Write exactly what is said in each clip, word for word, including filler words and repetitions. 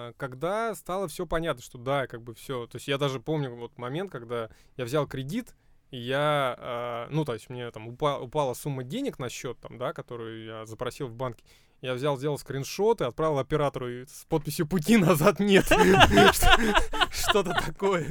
когда стало все понятно, что да, как бы все. То есть я даже помню вот момент, когда я взял кредит, и я, ну, то есть мне там упа- упала сумма денег на счет, там, да, которую я запросил в банке. Я взял, сделал скриншот и отправил оператору с подписью «Пути назад нет». Что-то такое.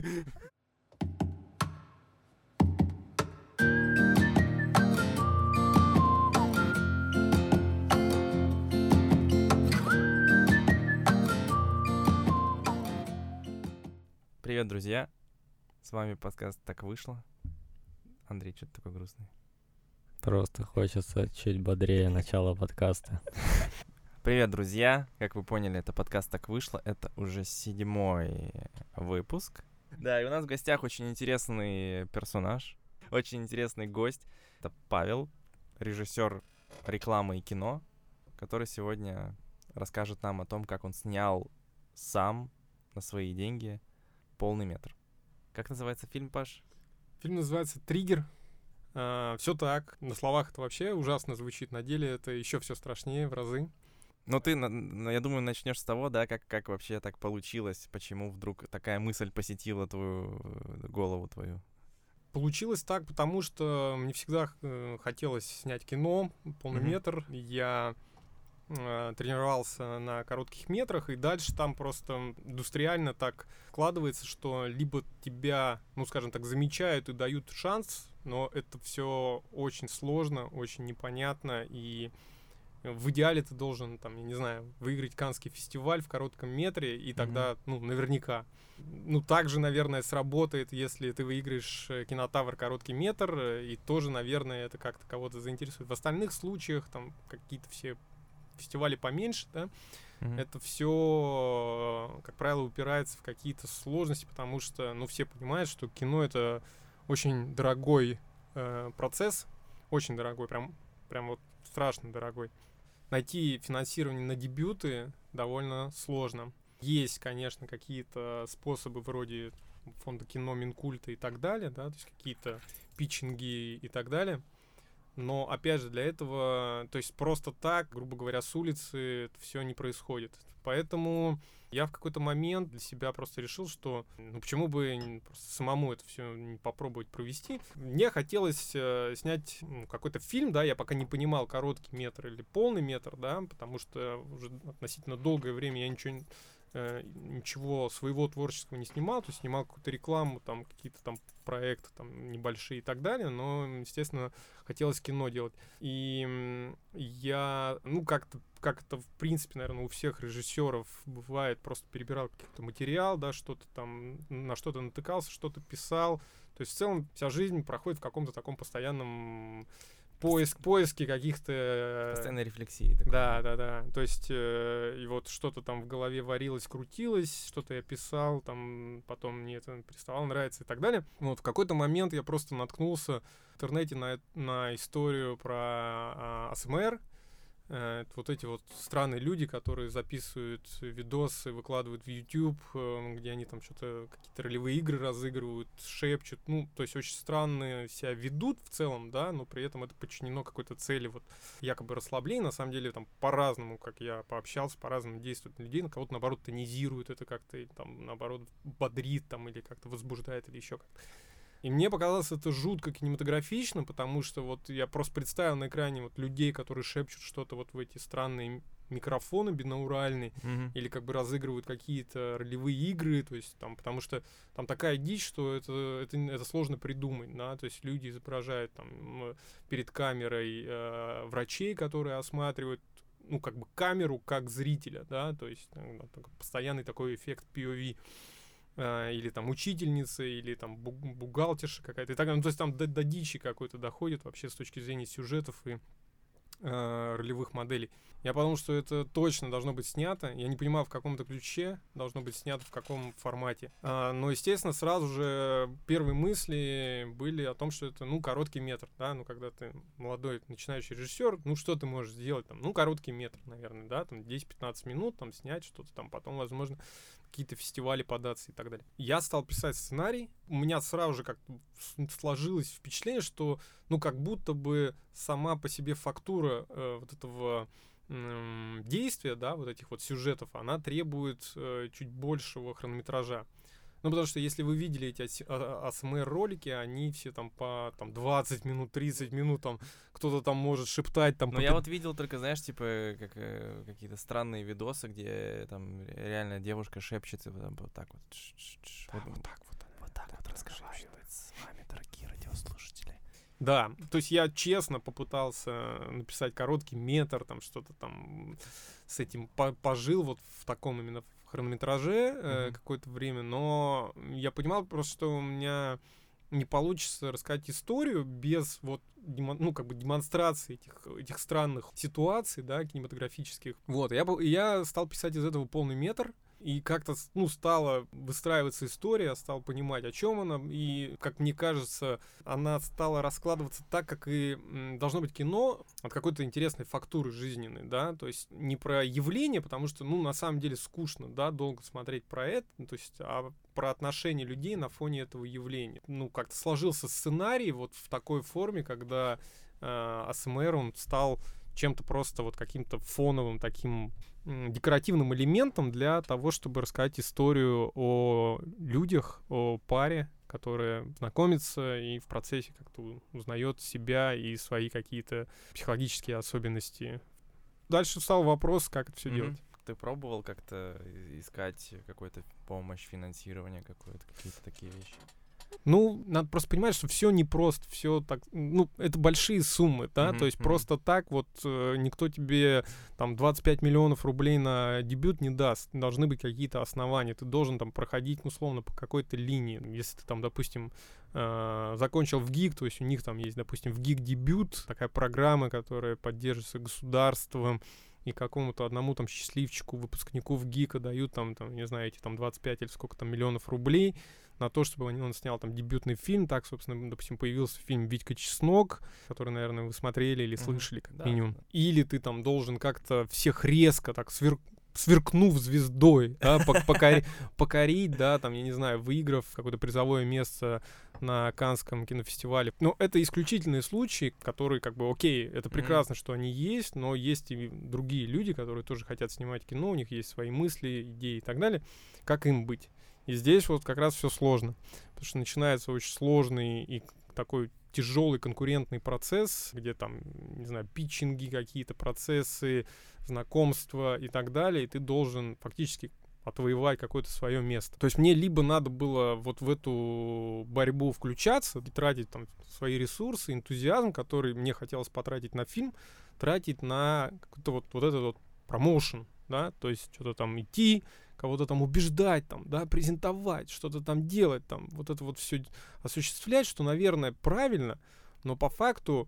Привет, друзья! С вами подкаст «Так вышло». Андрей, что ты такой грустный? Просто хочется чуть бодрее начала подкаста. Привет, друзья! Как вы поняли, это подкаст «Так вышло». Это уже седьмой выпуск. Да, и у нас в гостях очень интересный персонаж, очень интересный гость. Это Павел, режиссер рекламы и кино, который сегодня расскажет нам о том, как он снял сам на свои деньги полный метр. Как называется фильм, Паш? Фильм называется «Триггер». А, все так. На словах это вообще ужасно звучит. На деле это еще все страшнее в разы. Ну, ты, я думаю, начнешь с того, да, как, как вообще так получилось, почему вдруг такая мысль посетила твою голову твою. Получилось так, потому что мне всегда э, хотелось снять кино, полный Mm-hmm. метр. Я э, тренировался на коротких метрах, и дальше там просто индустриально так складывается, что либо тебя, ну, скажем так, замечают и дают шанс, но это все очень сложно, очень непонятно, и в идеале ты должен, там, я не знаю, выиграть Каннский фестиваль в коротком метре, и тогда, mm-hmm. ну, наверняка. Ну, также, наверное, сработает, если ты выиграешь Кинотавр короткий метр, и тоже, наверное, это как-то кого-то заинтересует. В остальных случаях, там, какие-то все фестивали поменьше, да, mm-hmm. это все, как правило, упирается в какие-то сложности, потому что, ну, все понимают, что кино — это очень дорогой э, процесс, очень дорогой, прям, прям вот страшно дорогой. Найти финансирование на дебюты довольно сложно. Есть, конечно, какие-то способы вроде фонда кино, Минкульта и так далее, да, то есть какие-то питчинги и так далее. Но, опять же, для этого, то есть просто так, грубо говоря, с улицы это все не происходит. Поэтому я в какой-то момент для себя просто решил, что ну почему бы просто самому это все не попробовать провести. Мне хотелось э, снять ну, какой-то фильм, да, я пока не понимал, короткий метр или полный метр, да, потому что уже относительно долгое время я ничего, э, ничего своего творческого не снимал, то есть снимал какую-то рекламу, там какие-то там проекты там небольшие и так далее, но, естественно, хотелось кино делать. И я, ну, как-то как это, в принципе, наверное, у всех режиссеров бывает, просто перебирал какой-то материал, да, что-то там, на что-то натыкался, что-то писал. То есть в целом вся жизнь проходит в каком-то таком постоянном поиск, поиске каких-то... Постоянной рефлексии. Такой. Да, да, да. То есть э, и вот что-то там в голове варилось, крутилось, что-то я писал, там потом мне это переставало нравиться и так далее. Вот в какой-то момент я просто наткнулся в интернете на, на историю про а, АСМР. Это вот эти вот странные люди, которые записывают видосы, выкладывают в YouTube, где они там что-то, какие-то ролевые игры разыгрывают, шепчут, ну, то есть очень странно себя ведут в целом, да, но при этом это подчинено какой-то цели, вот, якобы расслабления, на самом деле, там, по-разному, как я пообщался, по-разному действуют на людей, на кого-то, наоборот, тонизирует это как-то, или, там, наоборот, бодрит, там, или как-то возбуждает, или еще как-то. И мне показалось это жутко кинематографично, потому что вот я просто представил на экране вот людей, которые шепчут что-то вот в эти странные микрофоны бинауральные, mm-hmm. или как бы разыгрывают какие-то ролевые игры, то есть там, потому что там такая дичь, что это, это, это сложно придумать, да, то есть люди изображают там перед камерой э, врачей, которые осматривают, ну, как бы камеру как зрителя, да, то есть э, постоянный такой эффект пи о ви. Или там учительница, или там бухгалтерша какая-то и так далее. Ну, то есть там до, до дичи какой-то доходит вообще с точки зрения сюжетов и э, ролевых моделей. Я подумал, что это точно должно быть снято. Я не понимаю, в каком-то ключе должно быть снято, в каком формате. А, но, естественно, сразу же первые мысли были о том, что это, ну, короткий метр, да, ну, когда ты молодой начинающий режиссер, ну, что ты можешь сделать там? Ну, короткий метр, наверное, да, там десять-пятнадцать минут, там, снять что-то там, потом, возможно, какие-то фестивали податься и так далее. Я стал писать сценарий, у меня сразу же как-то сложилось впечатление, что, ну, как будто бы сама по себе фактура э, вот этого м, действия, да, вот этих вот сюжетов, она требует э, чуть большего хронометража. Ну, потому что если вы видели эти эй эс эм ар-ролики, они все там по там, двадцать минут, тридцать минут, там кто-то там может шептать. Там, Ну, я вот видел только, знаешь, типа, как, э, какие-то странные видосы, где там реально девушка шепчет, и там вот так вот. Да, вот, вот так вот. Вот так вот разговаривает с вами, дорогие радиослушатели. Да, то есть я честно попытался написать короткий метр, там что-то там с этим по- пожил вот в таком именно хронометраже э, Мгм. какое-то время, но я понимал просто, что у меня не получится рассказать историю без вот демон- ну как бы демонстрации этих этих странных ситуаций, да, кинематографических. Вот, я бы- я стал писать из этого полный метр. И как-то, с- ну, стала выстраиваться история, я стал понимать, о чем она. И, как мне кажется, она стала раскладываться так, как и м, должно быть кино от какой-то интересной фактуры жизненной, да, то есть не про явление, потому что, ну, на самом деле скучно, да, долго смотреть про это, ну, то есть, а про отношения людей на фоне этого явления. Ну, как-то сложился сценарий вот в такой форме, когда э, эй эс эм ар, он стал чем-то просто вот каким-то фоновым таким м, декоративным элементом для того, чтобы рассказать историю о людях, о паре, которая знакомится и в процессе как-то узнает себя и свои какие-то психологические особенности. Дальше стал вопрос, как это все Мгм. делать. Ты пробовал как-то и- искать какую-то помощь, финансирование какое-то, какие-то такие вещи? Ну, надо просто понимать, что все непросто, все так, ну, это большие суммы, да, Мгм, то есть мгм. просто так вот э, никто тебе там двадцать пять миллионов рублей на дебют не даст, должны быть какие-то основания, ты должен там проходить, ну, условно, по какой-то линии, если ты там, допустим, э, закончил в ГИК, то есть у них там есть, допустим, в ГИК дебют, такая программа, которая поддерживается государством, и какому-то одному там счастливчику, выпускнику в ГИКа дают там, там, не знаю, эти там двадцать пять или сколько там миллионов рублей на то, чтобы он, он снял там дебютный фильм. Так, собственно, допустим, появился фильм «Витька Чеснок», который, наверное, вы смотрели или Мгм. слышали, как Да, минимум. да. Или ты там должен как-то всех резко так свер- сверкнув звездой, да, пок- покори- покорить, да, там, я не знаю, выиграв какое-то призовое место на Каннском кинофестивале. Но это исключительные случаи, которые, как бы, окей, это Мгм. прекрасно, что они есть, но есть и другие люди, которые тоже хотят снимать кино, у них есть свои мысли, идеи и так далее. Как им быть? И здесь вот как раз все сложно, потому что начинается очень сложный и такой тяжелый конкурентный процесс, где там, не знаю, питчинги какие-то, процессы, знакомства и так далее, и ты должен фактически отвоевать какое-то свое место. То есть мне либо надо было вот в эту борьбу включаться, тратить там свои ресурсы, энтузиазм, который мне хотелось потратить на фильм, тратить на какой-то вот, вот этот вот промоушен, да, то есть что-то там идти, кого-то там убеждать, там, да, презентовать, что-то там делать, там, вот это вот все осуществлять, что, наверное, правильно, но по факту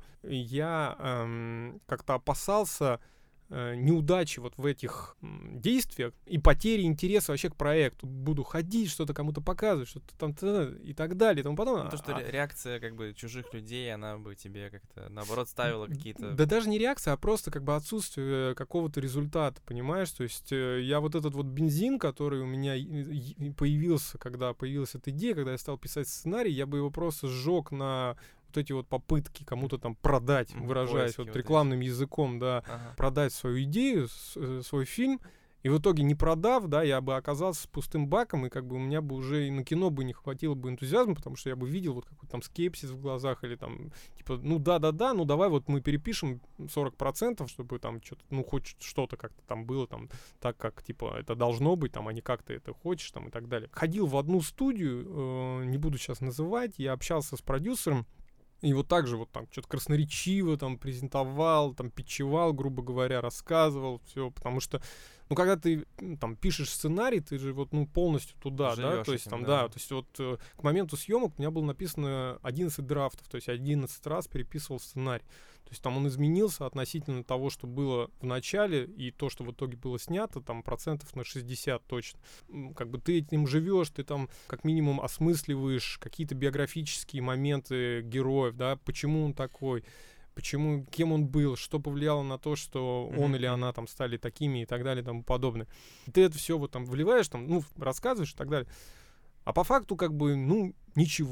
я эм, как-то опасался э, неудачи вот в этих м, действиях и потери интереса вообще к проекту. Буду ходить, что-то кому-то показывать, что-то там т- и так далее и тому подобное. Ну, то, что А- ре- реакция как бы чужих людей, она бы тебе как-то, наоборот, ставила какие-то... Да даже не реакция, а просто как бы отсутствие какого-то результата, понимаешь? То есть э, я вот этот вот бензин, который у меня и- и появился, когда появилась эта идея, когда я стал писать сценарий, я бы его просто сжег на вот эти вот попытки кому-то там продать, Мгм, выражаясь поиски вот вот эти. рекламным языком, да, Ага. продать свою идею, с- э, свой фильм. И в итоге, не продав, да, я бы оказался с пустым баком, и как бы у меня бы уже и на кино бы не хватило бы энтузиазма, потому что я бы видел вот какой-то там скепсис в глазах, или там, типа, ну да-да-да, ну давай вот мы перепишем сорок процентов, чтобы там что-то, ну хоть что-то как-то там было, там, так как, типа, это должно быть, там, а не как ты это хочешь, там, и так далее. Ходил в одну студию, э, не буду сейчас называть, я общался с продюсером, и вот так же вот там что-то красноречиво там презентовал, там питчевал, грубо говоря, рассказывал, все, потому что, ну, когда ты м, там пишешь сценарий, ты же вот, ну, полностью туда, да, Живёшь то есть этим, там, да. да, то есть вот э, к моменту съемок у меня было написано одиннадцать драфтов, то есть одиннадцать раз переписывал сценарий. То есть там он изменился относительно того, что было в начале, и то, что в итоге было снято, там процентов на шестьдесят точно. М, Как бы ты этим живешь, ты там как минимум осмысливаешь какие-то биографические моменты героев, да, почему он такой, почему, кем он был, что повлияло на то, что он Мгм, или мгм. она там стали такими и так далее и тому подобное. И ты это все вот там вливаешь, там, ну, рассказываешь и так далее. А по факту как бы, ну, ничего.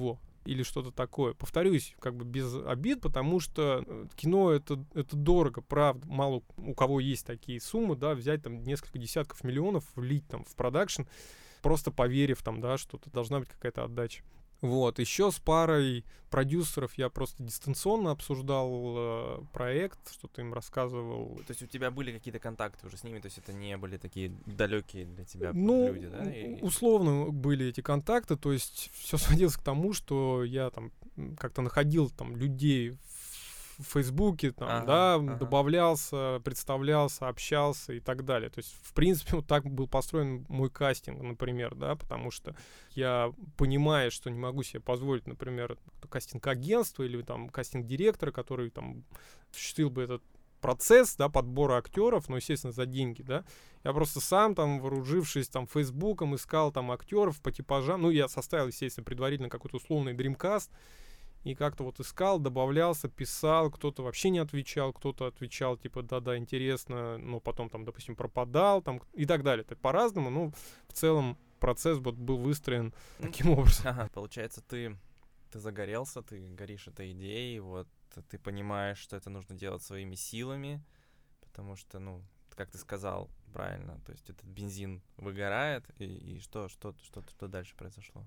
или что-то такое. Повторюсь, как бы без обид, потому что кино это, это дорого, правда. Мало у кого есть такие суммы, да, взять там несколько десятков миллионов, влить там в продакшн, просто поверив там, да, что должна быть какая-то отдача. Вот, еще с парой продюсеров я просто дистанционно обсуждал э, проект, что-то им рассказывал. То есть у тебя были какие-то контакты уже с ними, то есть это не были такие далекие для тебя ну, люди, да? И... условно были эти контакты, то есть все сводилось к тому, что я там как-то находил там людей в Фейсбуке, там, ага, да, ага. добавлялся, представлялся, общался и так далее. То есть, в принципе, вот так был построен мой кастинг, например, да, потому что я, понимая, что не могу себе позволить, например, кастинг-агентство или там кастинг-директора, который там осуществил бы этот процесс, да, подбора актеров, ну, естественно, за деньги, да, я просто сам там, вооружившись там Фейсбуком, искал там актеров по типажам, ну, я составил, естественно, предварительно какой-то условный дримкаст, и как-то вот искал, добавлялся, писал, кто-то вообще не отвечал, кто-то отвечал, типа, да-да, интересно, но потом там, допустим, пропадал, там, и так далее. Это по-разному, ну, в целом процесс вот был выстроен таким образом. Ага, получается, ты, ты загорелся, ты горишь этой идеей, вот, ты понимаешь, что это нужно делать своими силами, потому что, ну, как ты сказал правильно, то есть этот бензин выгорает, и, и что, что, что, что дальше произошло?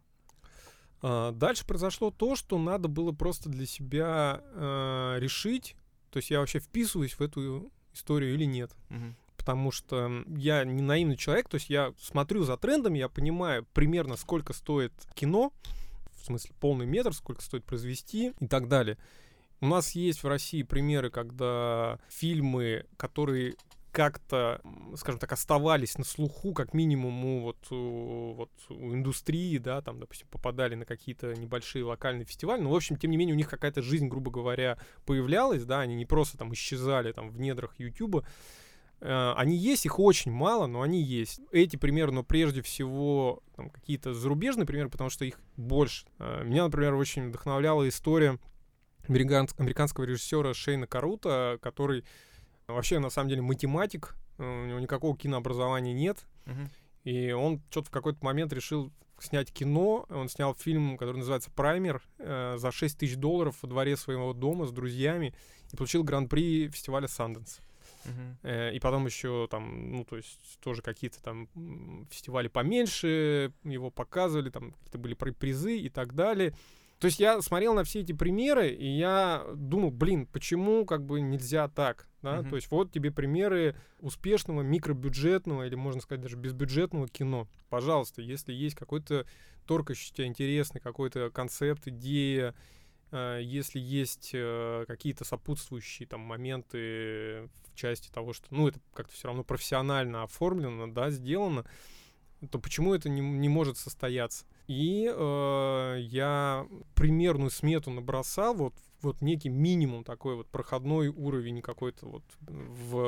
Uh, дальше произошло то, что надо было просто для себя uh, решить, то есть я вообще вписываюсь в эту историю или нет. Uh-huh. Потому что я не наивный человек, то есть я смотрю за трендами, я понимаю примерно, сколько стоит кино, в смысле полный метр, сколько стоит произвести и так далее. У нас есть в России примеры, когда фильмы, которые как-то, скажем так, оставались на слуху, как минимум у, вот, у, вот, у индустрии, да, там, допустим, попадали на какие-то небольшие локальные фестивали, но, в общем, тем не менее, у них какая-то жизнь, грубо говоря, появлялась, да, они не просто там исчезали там в недрах Ютуба. Uh, они есть, их очень мало, но они есть. Эти примеры, но прежде всего там, какие-то зарубежные примеры, потому что их больше. Uh, меня, например, очень вдохновляла история американс- американского режиссера Шейна Карута, который вообще, на самом деле, математик, у него никакого кинообразования нет, Uh-huh. и он что-то в какой-то момент решил снять кино. Он снял фильм, который называется «Праймер», э, за шесть тысяч долларов во дворе своего дома с друзьями и получил гран-при фестиваля Sundance. Uh-huh. Э, и потом еще там, ну, то есть тоже какие-то там фестивали поменьше его показывали, там какие-то были призы и так далее. То есть я смотрел на все эти примеры, и я думал, блин, почему как бы нельзя так, да? Uh-huh. То есть вот тебе примеры успешного микробюджетного или, можно сказать, даже безбюджетного кино. Пожалуйста, если есть какой-то торкающий тебя интересный какой-то концепт, идея, э, если есть э, какие-то сопутствующие там моменты в части того, что, ну, это как-то все равно профессионально оформлено, да, сделано, то почему это не, не может состояться? И э, я примерную смету набросал, вот, вот некий минимум такой вот проходной уровень какой-то вот в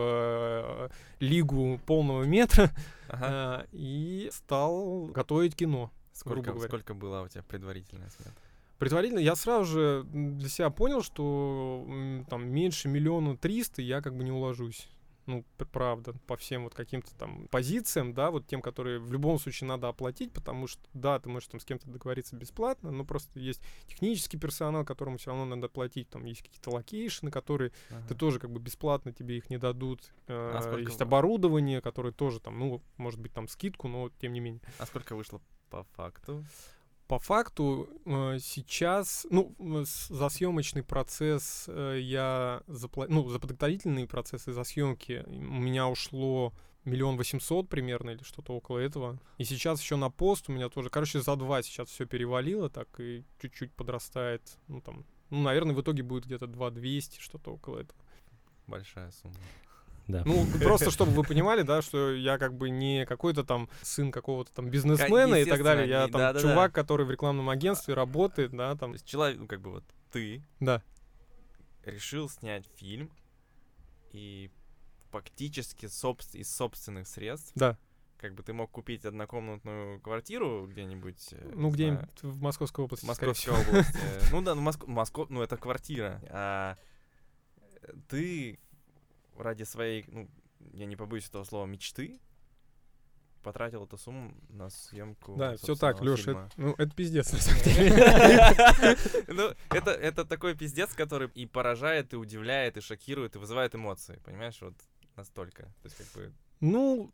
э, лигу полного метра, Ага. э, и стал готовить кино. Сколько, сколько была у тебя предварительная смета? Предварительно я сразу же для себя понял, что там меньше миллиона триста я как бы не уложусь. Ну, правда, по всем вот каким-то там позициям, да, вот тем, которые в любом случае надо оплатить, потому что, да, ты можешь там с кем-то договориться бесплатно, но просто есть технический персонал, которому все равно надо платить, там есть какие-то локейшены, которые ага. ты тоже как бы бесплатно тебе их не дадут. А э, есть оборудование, которое тоже там, ну, может быть, там скидку, но тем не менее. А сколько вышло по факту? По факту э, сейчас, ну, за съемочный процесс э, я заплатил, ну, за подготовительные процессы, за съемки у меня ушло миллион восемьсот примерно или что-то около этого. И сейчас еще на пост у меня тоже, короче, за два сейчас все перевалило, так и чуть-чуть подрастает, ну, там, ну, наверное, в итоге будет где-то два двести, что-то около этого. Большая сумма. Да. Ну, просто чтобы вы понимали, да, что я как бы не какой-то там сын какого-то там бизнесмена и так далее. Я там да, да, чувак, да. который в рекламном агентстве работает, да, там. То есть человек, ну, как бы вот ты да. решил снять фильм и фактически собс- из собственных средств. Да. Как бы ты мог купить однокомнатную квартиру где-нибудь. Ну, где-нибудь в Московской области. В Московской области. Ну да, ну Москва, ну это квартира. А ты ради своей, ну, я не побоюсь этого слова, мечты, потратил эту сумму на съемку. Да, все так, Лёша, фильма. это, ну, это пиздец, на самом деле. Ну, это, это такой пиздец, который и поражает, и удивляет, и шокирует, и вызывает эмоции, понимаешь, вот настолько. То есть, как бы... Ну,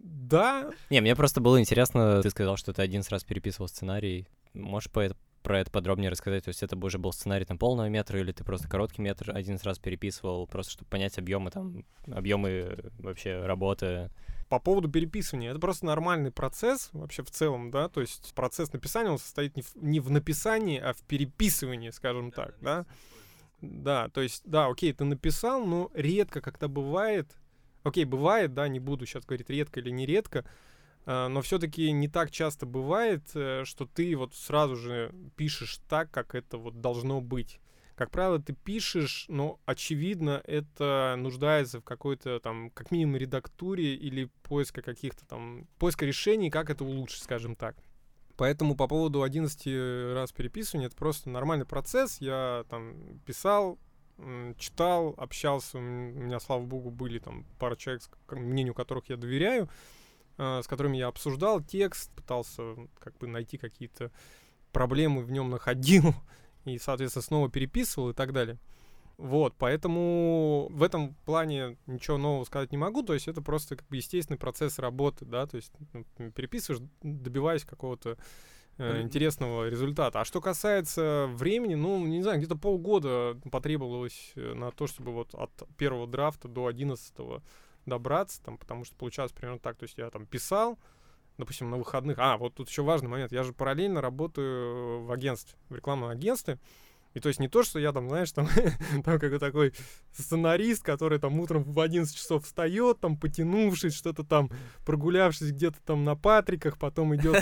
да. Не, мне просто было интересно, ты сказал, что ты один раз переписывал сценарий. Можешь по это, про это подробнее рассказать? То есть это уже был сценарий там полного метра, или ты просто короткий метр один раз переписывал, просто чтобы понять объемы там, объемы вообще работы? По поводу переписывания, это просто нормальный процесс вообще в целом, да, то есть процесс написания, он состоит не в, не в написании, а в переписывании, скажем так, да. Да, то есть, да, окей, ты написал, но редко как-то бывает, окей, бывает, да, не буду сейчас говорить редко или нередко, э, но все-таки не так часто бывает, э, что ты вот сразу же пишешь так, как это вот должно быть. Как правило, ты пишешь, но, очевидно, это нуждается в какой-то там, как минимум, редактуре или поиска каких-то там, поиска решений, как это улучшить, скажем так. Поэтому по поводу одиннадцати раз переписывания, это просто нормальный процесс. Я там писал, читал, общался. У меня, слава богу, были там пара человек, мнению которых я доверяю, с которыми я обсуждал текст, пытался как бы найти какие-то проблемы в нем, находил. И, соответственно, снова переписывал и так далее. Вот, поэтому в этом плане ничего нового сказать не могу. То есть это просто как бы естественный процесс работы, да, то есть ну, переписываешь, добиваясь какого-то э, интересного результата. А что касается времени, ну, не знаю, где-то полгода потребовалось на то, чтобы вот от первого драфта до одиннадцатого добраться, там, потому что получалось примерно так. То есть я там писал, допустим, на выходных. А, вот тут еще важный момент. Я же параллельно работаю в агентстве, в рекламном агентстве. И то есть не то, что я там, знаешь, там, там какой-то такой сценарист, который там утром в одиннадцать часов встает, там, потянувшись, что-то там, прогулявшись где-то там на Патриках, потом идет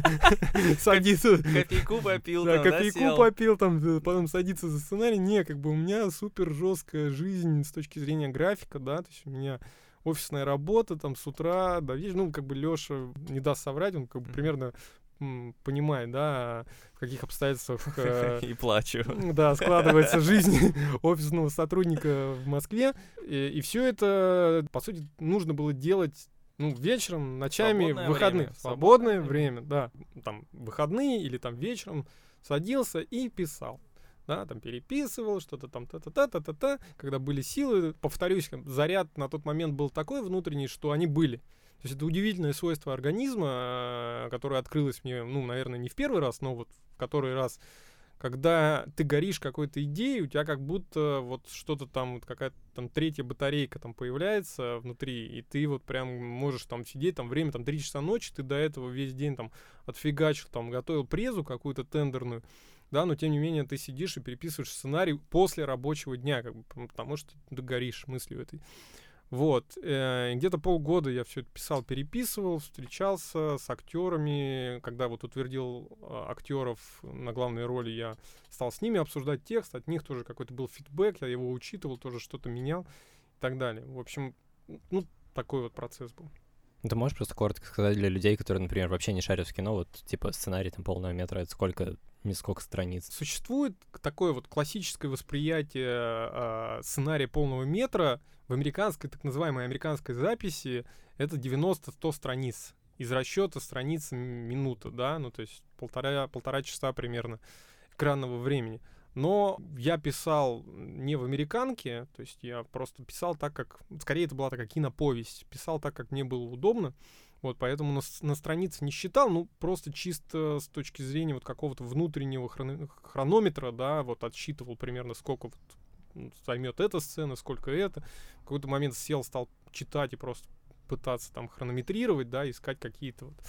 садится... Кофейку попил, да, кофейку попил, там, потом садится за сценарий. Не, как бы у меня супер жесткая жизнь с точки зрения графика, да, то есть у меня офисная работа там с утра до вечера, ну, как бы Лёша не даст соврать, он как бы примерно м, понимает, да, в каких обстоятельствах... Э, и плачу. Да, складывается жизнь офисного сотрудника в Москве, и, и все это, по сути, нужно было делать, ну, вечером, ночами, в выходных. Свободное время, да, там, выходные или там вечером садился и писал. Да, там переписывал, что-то там та-та-та-та-та-та. Когда были силы, повторюсь, заряд на тот момент был такой внутренний, что они были. То есть это удивительное свойство организма, которое открылось мне, ну, наверное, не в первый раз, но вот в который раз, когда ты горишь какой-то идеей, у тебя как будто вот что-то там, вот какая-то там третья батарейка там появляется внутри, и ты вот прям можешь там сидеть, там время там три часа ночи, ты до этого весь день там отфигачил, там готовил презу какую-то тендерную, да, но тем не менее ты сидишь и переписываешь сценарий после рабочего дня, как бы, потому что ты горишь мыслью этой. Вот. Э, где-то полгода я все это писал, переписывал, встречался с актерами. Когда вот утвердил э, актеров на главные роли, я стал с ними обсуждать текст. От них тоже какой-то был фидбэк, я его учитывал, тоже что-то менял и так далее. В общем, ну, такой вот процесс был. Ты можешь просто коротко сказать для людей, которые, например, вообще не шарят в кино, вот типа сценарий там полного метра, это сколько, не сколько страниц? Существует такое вот классическое восприятие э, сценария полного метра в американской, так называемой американской записи, это девяносто-сто страниц. Из расчета страниц минута, да, ну то есть полтора, полтора часа примерно экранного времени. Но я писал не в американке, то есть я просто писал так, как... Скорее, это была такая киноповесть. Писал так, как мне было удобно. Вот, поэтому на, на странице не считал, ну, просто чисто с точки зрения вот какого-то внутреннего хрон, хронометра, да, вот отсчитывал примерно, сколько вот займет эта сцена, сколько это. В какой-то момент сел, стал читать и просто пытаться там хронометрировать, да, искать какие-то вот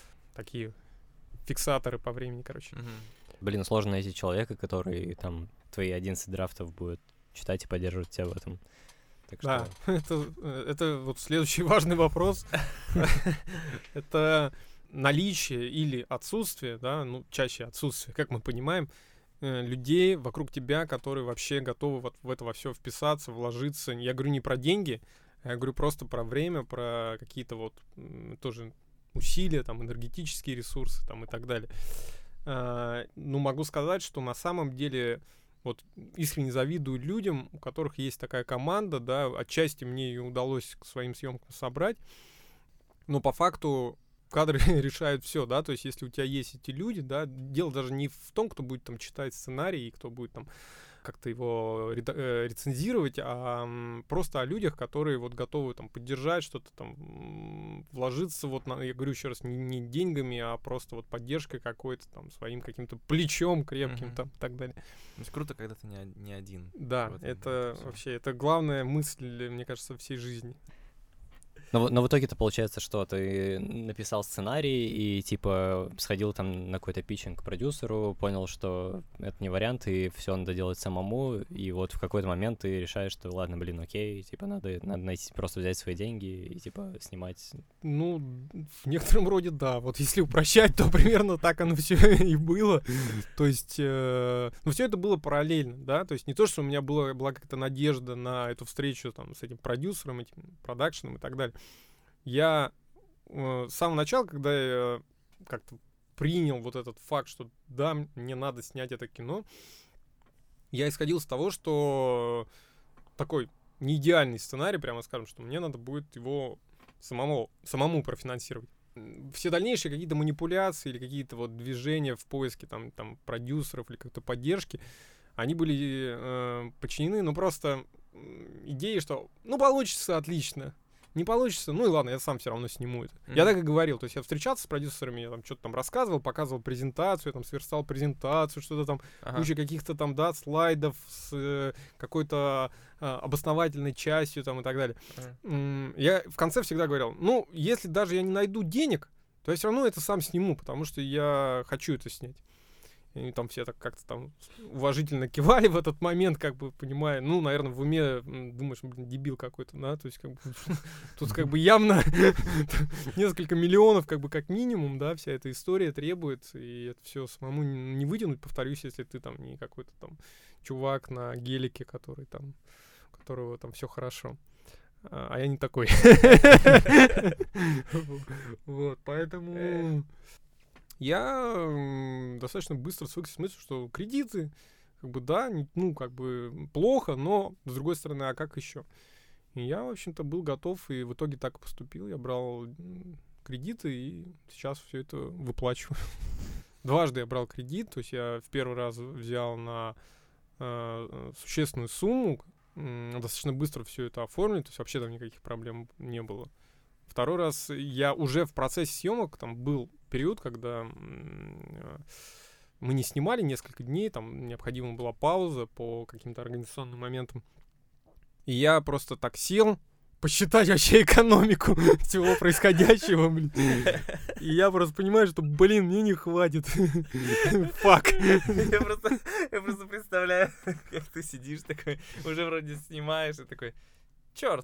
такие фиксаторы по времени, короче. Mm-hmm. Блин, сложно найти человека, который там твои одиннадцать драфтов будет читать и поддерживать тебя в этом. Так да, что... это, это вот следующий важный вопрос. Это наличие или отсутствие, да, ну, чаще отсутствие, как мы понимаем, людей вокруг тебя, которые вообще готовы вот в это во все вписаться, вложиться. Я говорю не про деньги, я говорю просто про время, про какие-то вот тоже усилия, там, энергетические ресурсы, там, и так далее. Uh, ну, могу сказать, что на самом деле вот искренне завидую людям, у которых есть такая команда, да, отчасти мне ее удалось к своим съемкам собрать, но по факту кадры решают все, да, то есть если у тебя есть эти люди, да, дело даже не в том, кто будет там читать сценарий и кто будет там как-то его рецензировать, а просто о людях, которые вот готовы там поддержать что-то там, вложиться вот, на, я говорю еще раз, не, не деньгами, а просто вот поддержкой какой-то там, своим каким-то плечом крепким mm-hmm. там и так далее. То есть круто, когда ты не, не один. Да, это вообще, это главная мысль, мне кажется, всей жизни. Но, но в итоге-то получается, что ты написал сценарий и, типа, сходил там на какой-то питчинг к продюсеру, понял, что это не вариант, и все надо делать самому, и вот в какой-то момент ты решаешь, что ладно, блин, окей, типа, надо, надо найти, просто взять свои деньги и, типа, снимать. Ну, в некотором роде, да. Вот если упрощать, то примерно так оно все и было. То есть, э, ну, все это было параллельно, да, то есть не то, что у меня была, была какая-то надежда на эту встречу там с этим продюсером, этим продакшеном и так далее. Я э, с самого начала, когда я как-то принял вот этот факт, что да, мне надо снять это кино, я исходил из того, что такой не идеальный сценарий, прямо скажем, что мне надо будет его самому, самому профинансировать. Все дальнейшие какие-то манипуляции или какие-то вот движения в поиске там, там продюсеров или как-то поддержки, они были э, подчинены, ну, просто идее, что, ну, получится, отлично. Не получится, ну и ладно, я сам все равно сниму это. Mm-hmm. Я так и говорил, то есть я встречался с продюсерами, я там что-то там рассказывал, показывал презентацию, я там сверстал презентацию, что-то там, ага. куча каких-то там, да, слайдов с э, какой-то э, обосновательной частью там и так далее. Mm-hmm. Я в конце всегда говорил, ну, если даже я не найду денег, то я все равно это сам сниму, потому что я хочу это снять. И там все так как-то там уважительно кивали в этот момент, как бы понимая, ну, наверное, в уме думаешь, блин, дебил какой-то, да, то есть как бы тут как бы явно несколько миллионов, как бы как минимум, да, вся эта история требует, и это все самому не вытянуть, повторюсь, если ты там не какой-то там чувак на гелике, который там, у которого там все хорошо. А я не такой. Вот, поэтому... Я м, достаточно быстро свыкся с мыслью, что кредиты, как бы, да, не, ну, как бы, плохо, но, с другой стороны, а как еще? И я, в общем-то, был готов, и в итоге так и поступил. Я брал кредиты, и сейчас все это выплачиваю. Дважды я брал кредит, то есть я в первый раз взял на э, существенную сумму, э, достаточно быстро все это оформили, то есть вообще там никаких проблем не было. Второй раз я уже в процессе съемок, там был период, когда мы не снимали несколько дней, там необходима была пауза по каким-то организационным моментам. И я просто так сел посчитать вообще экономику всего происходящего, блин. И я просто понимаю, что, блин, мне не хватит. Фак. Я просто, я просто представляю, как ты сидишь такой, уже вроде снимаешь, и такой... Черт.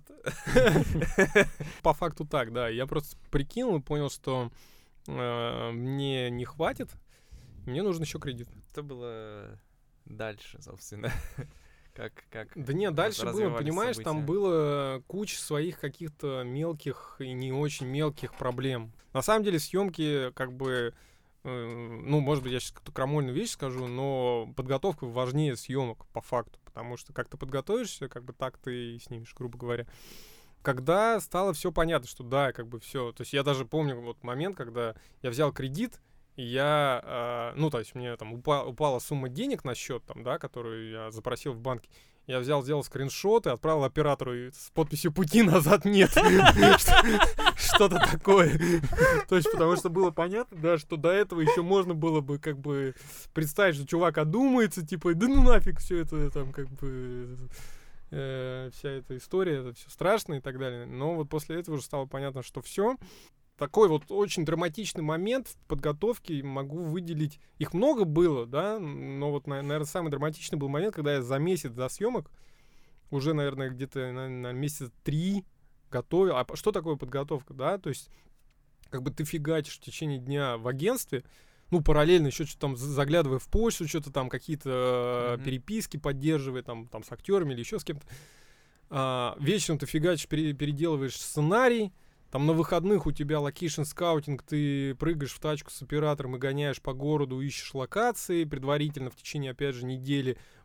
По факту так, да. Я просто прикинул и понял, что э, мне не хватит, мне нужен еще кредит. Что было дальше, собственно? как, как да нет, дальше было, понимаешь, события? Там было куча своих каких-то мелких и не очень мелких проблем. На самом деле съемки как бы... Ну, может быть, я сейчас какую-то крамольную вещь скажу, но подготовка важнее съемок, по факту. Потому что как ты подготовишься, как бы так ты и снимешь, грубо говоря. Когда стало все понятно, что да, как бы все. То есть я даже помню вот момент, когда я взял кредит, и я, э, ну, то есть мне там упа- упала сумма денег на счет, там, да, которую я запросил в банке. Я взял, сделал скриншот и отправил оператору с подписью «Пути назад нет». Что-то такое. То есть, потому что было понятно, да, что до этого еще можно было бы, как бы, представить, что чувак одумается, типа, да ну нафиг все это, там, как бы, вся эта история, это все страшно и так далее. Но вот после этого уже стало понятно, что все. Такой вот очень драматичный момент в подготовке могу выделить. Их много было, да, но вот, наверное, самый драматичный был момент, когда я за месяц до съемок, уже, наверное, где-то на, на месяц три готовил. А что такое подготовка, да? То есть, как бы ты фигачишь в течение дня в агентстве, ну, параллельно еще что-то там заглядывая в почту, что-то там какие-то mm-hmm. переписки поддерживая там, там с актерами или еще с кем-то. А, вечером ты фигачишь, пере, переделываешь сценарий. Там на выходных у тебя локейшн-скаутинг, ты прыгаешь в тачку с оператором и гоняешь по городу, ищешь локации предварительно в течение, опять же, недели.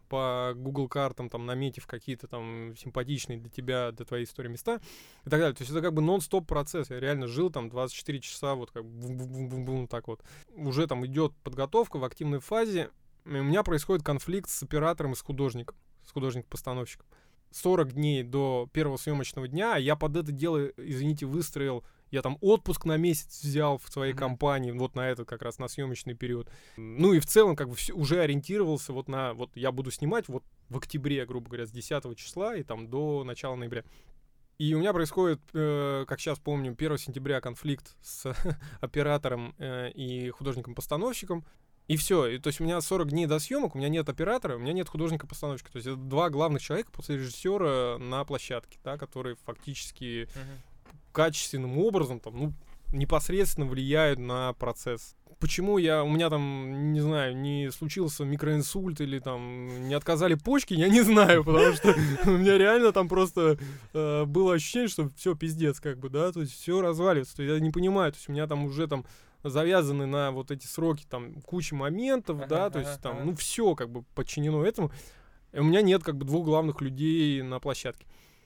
по Google картам, там, наметив какие-то там симпатичные для тебя, для твоей истории места и так далее. То есть это как бы нон-стоп процесс. Я реально жил там двадцать четыре часа, вот как бум-бум-бум-бум, так вот. Уже там идет подготовка в активной фазе, и у меня происходит конфликт с оператором и с художником, с художником-постановщиком. сорок дней до первого съемочного дня, а я под это дело, извините, выстроил. Я там отпуск на месяц взял в своей mm-hmm. компании, вот на этот как раз, на съемочный период. Ну и в целом как бы все, уже ориентировался вот на, вот я буду снимать вот в октябре, грубо говоря, с десятого числа и там до начала ноября. И у меня происходит, э, как сейчас помню, первого сентября конфликт с оператором э, и художником-постановщиком. И все. И, то есть у меня сорок дней до съемок, у меня нет оператора, у меня нет художника-постановщика. То есть это два главных человека после режиссера на площадке, да, которые фактически... Mm-hmm. качественным образом, там, ну, непосредственно влияют на процесс. Почему я, у меня там, не знаю, не случился микроинсульт или там не отказали почки, я не знаю, потому что у меня реально там просто э, было ощущение, что все пиздец, как бы, да, то есть все разваливается, то есть я не понимаю, то есть у меня там уже там завязаны на вот эти сроки там куча моментов, ага, да, то ага, есть там, ага. ну, все как бы подчинено этому, и у меня нет как бы двух главных людей на площадке.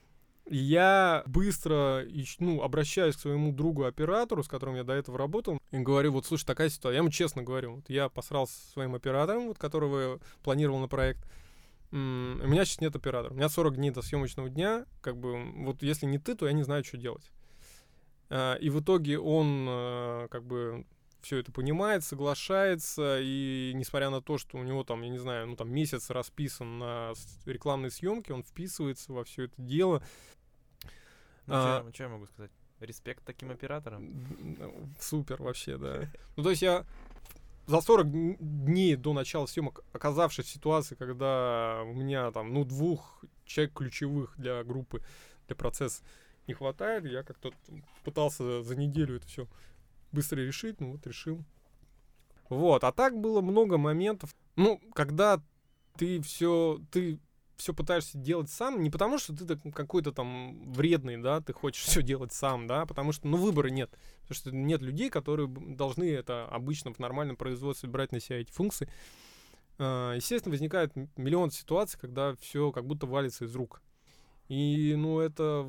Я быстро ну, обращаюсь к своему другу-оператору, с которым я до этого работал, и говорю, вот, слушай, такая ситуация. Я ему честно говорю, вот я посрал со своим оператором, вот, которого планировал на проект. М- у меня сейчас нет оператора. У меня сорок дней до съемочного дня. Как бы, вот если не ты, то я не знаю, что делать. А, и в итоге он а, как бы все это понимает, соглашается, и несмотря на то, что у него там, я не знаю, ну там месяц расписан на рекламной съемке, он вписывается во все это дело. Ну, а, что я могу сказать? Респект таким операторам. Супер вообще, да. Ну, то есть я за сорок дней до начала съемок, оказавшись в ситуации, когда у меня там, ну, двух человек ключевых для группы, для процесса не хватает, я как-то пытался за неделю это все быстро решить, ну, вот решил. Вот, а так было много моментов, ну, когда ты все, ты все пытаешься делать сам, не потому что ты какой-то там вредный, да, ты хочешь все делать сам, да, потому что, ну, выбора нет. Потому что нет людей, которые должны это обычно в нормальном производстве брать на себя эти функции. Естественно, возникает миллион ситуаций, когда все как будто валится из рук. И, ну, это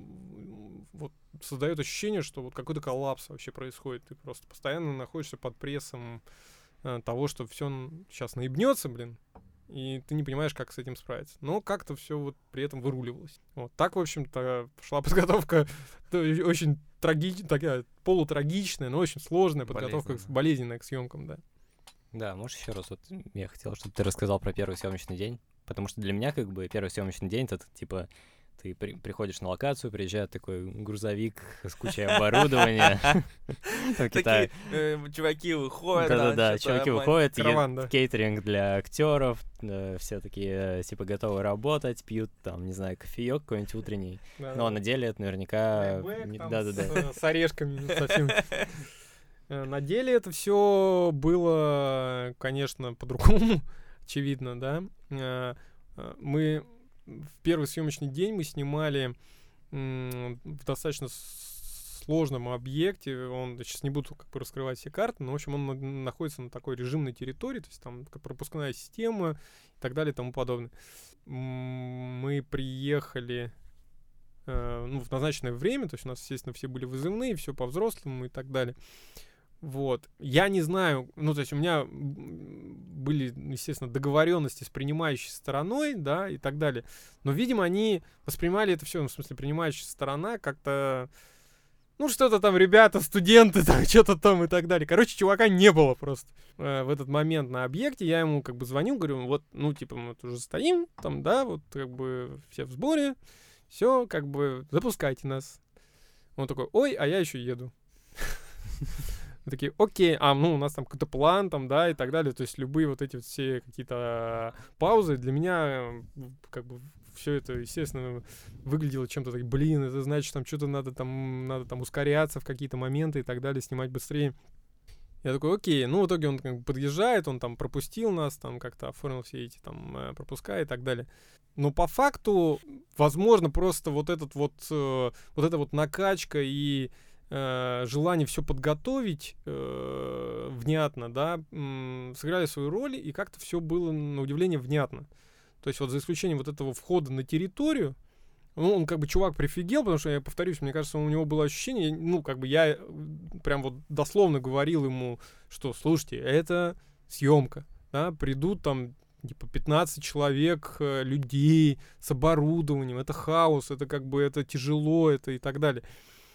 вот создает ощущение, что вот какой-то коллапс вообще происходит. Ты просто постоянно находишься под прессом того, что все сейчас наебнется, блин, и ты не понимаешь, как с этим справиться. Но как-то все вот при этом выруливалось. Вот так, в общем-то, шла подготовка очень трагичная, такая полутрагичная, но очень сложная подготовка, болезненная, болезненная к съемкам, да. Да, можешь еще раз? Вот я хотел, чтобы ты рассказал про первый съемочный день, потому что для меня как бы первый съемочный день это типа ты при, приходишь на локацию, приезжает такой грузовик с кучей оборудования. Такие чуваки выходят. Да-да-да, чуваки выходят, кейтеринг для актеров, все такие типа готовы работать, пьют там, не знаю, кофеек какой-нибудь утренний. Но на деле это наверняка... Да-да-да. С орешками совсем. На деле это все было, конечно, по-другому, очевидно, да. Мы в первый съемочный день мы снимали м, в достаточно сложном объекте. Он, сейчас не буду как бы раскрывать все карты, но, в общем, он на, находится на такой режимной территории, то есть там пропускная система и так далее и тому подобное. Мы приехали э, ну, в назначенное время, то есть у нас, естественно, все были вызывные, все по-взрослому и так далее. Вот. Я не знаю, ну, то есть у меня были, естественно, договоренности с принимающей стороной, да, и так далее. Но, видимо, они воспринимали это все, ну, в смысле, принимающая сторона как-то, ну, что-то там, ребята, студенты, там, что-то там и так далее. Короче, чувака не было просто э, в этот момент на объекте. Я ему как бы звонил, говорю, вот, ну, типа, мы вот уже стоим, там, да, вот, как бы, все в сборе, все, как бы, запускайте нас. Он такой, ой, а я еще еду. Такие, окей, а, ну, у нас там какой-то план, там, да, и так далее, то есть любые вот эти вот все какие-то паузы для меня, как бы, все это, естественно, выглядело чем-то так, блин, это значит, там, что-то надо там, надо там ускоряться в какие-то моменты и так далее, снимать быстрее. Я такой, окей, ну, в итоге он как бы подъезжает, он там пропустил нас, там, как-то оформил все эти там пропуска и так далее. Но по факту, возможно, просто вот этот вот, вот эта вот накачка и Э, желание все подготовить э, внятно, да, м- сыграли свою роль, и как-то все было, на удивление, внятно. То есть вот за исключением вот этого входа на территорию, ну, он как бы, чувак, прифигел, потому что, я повторюсь, мне кажется, у него было ощущение, ну, как бы я прям вот дословно говорил ему, что, слушайте, это съемка, да, придут там, типа, пятнадцать человек, э, людей с оборудованием, это хаос, это как бы, это тяжело, это и так далее.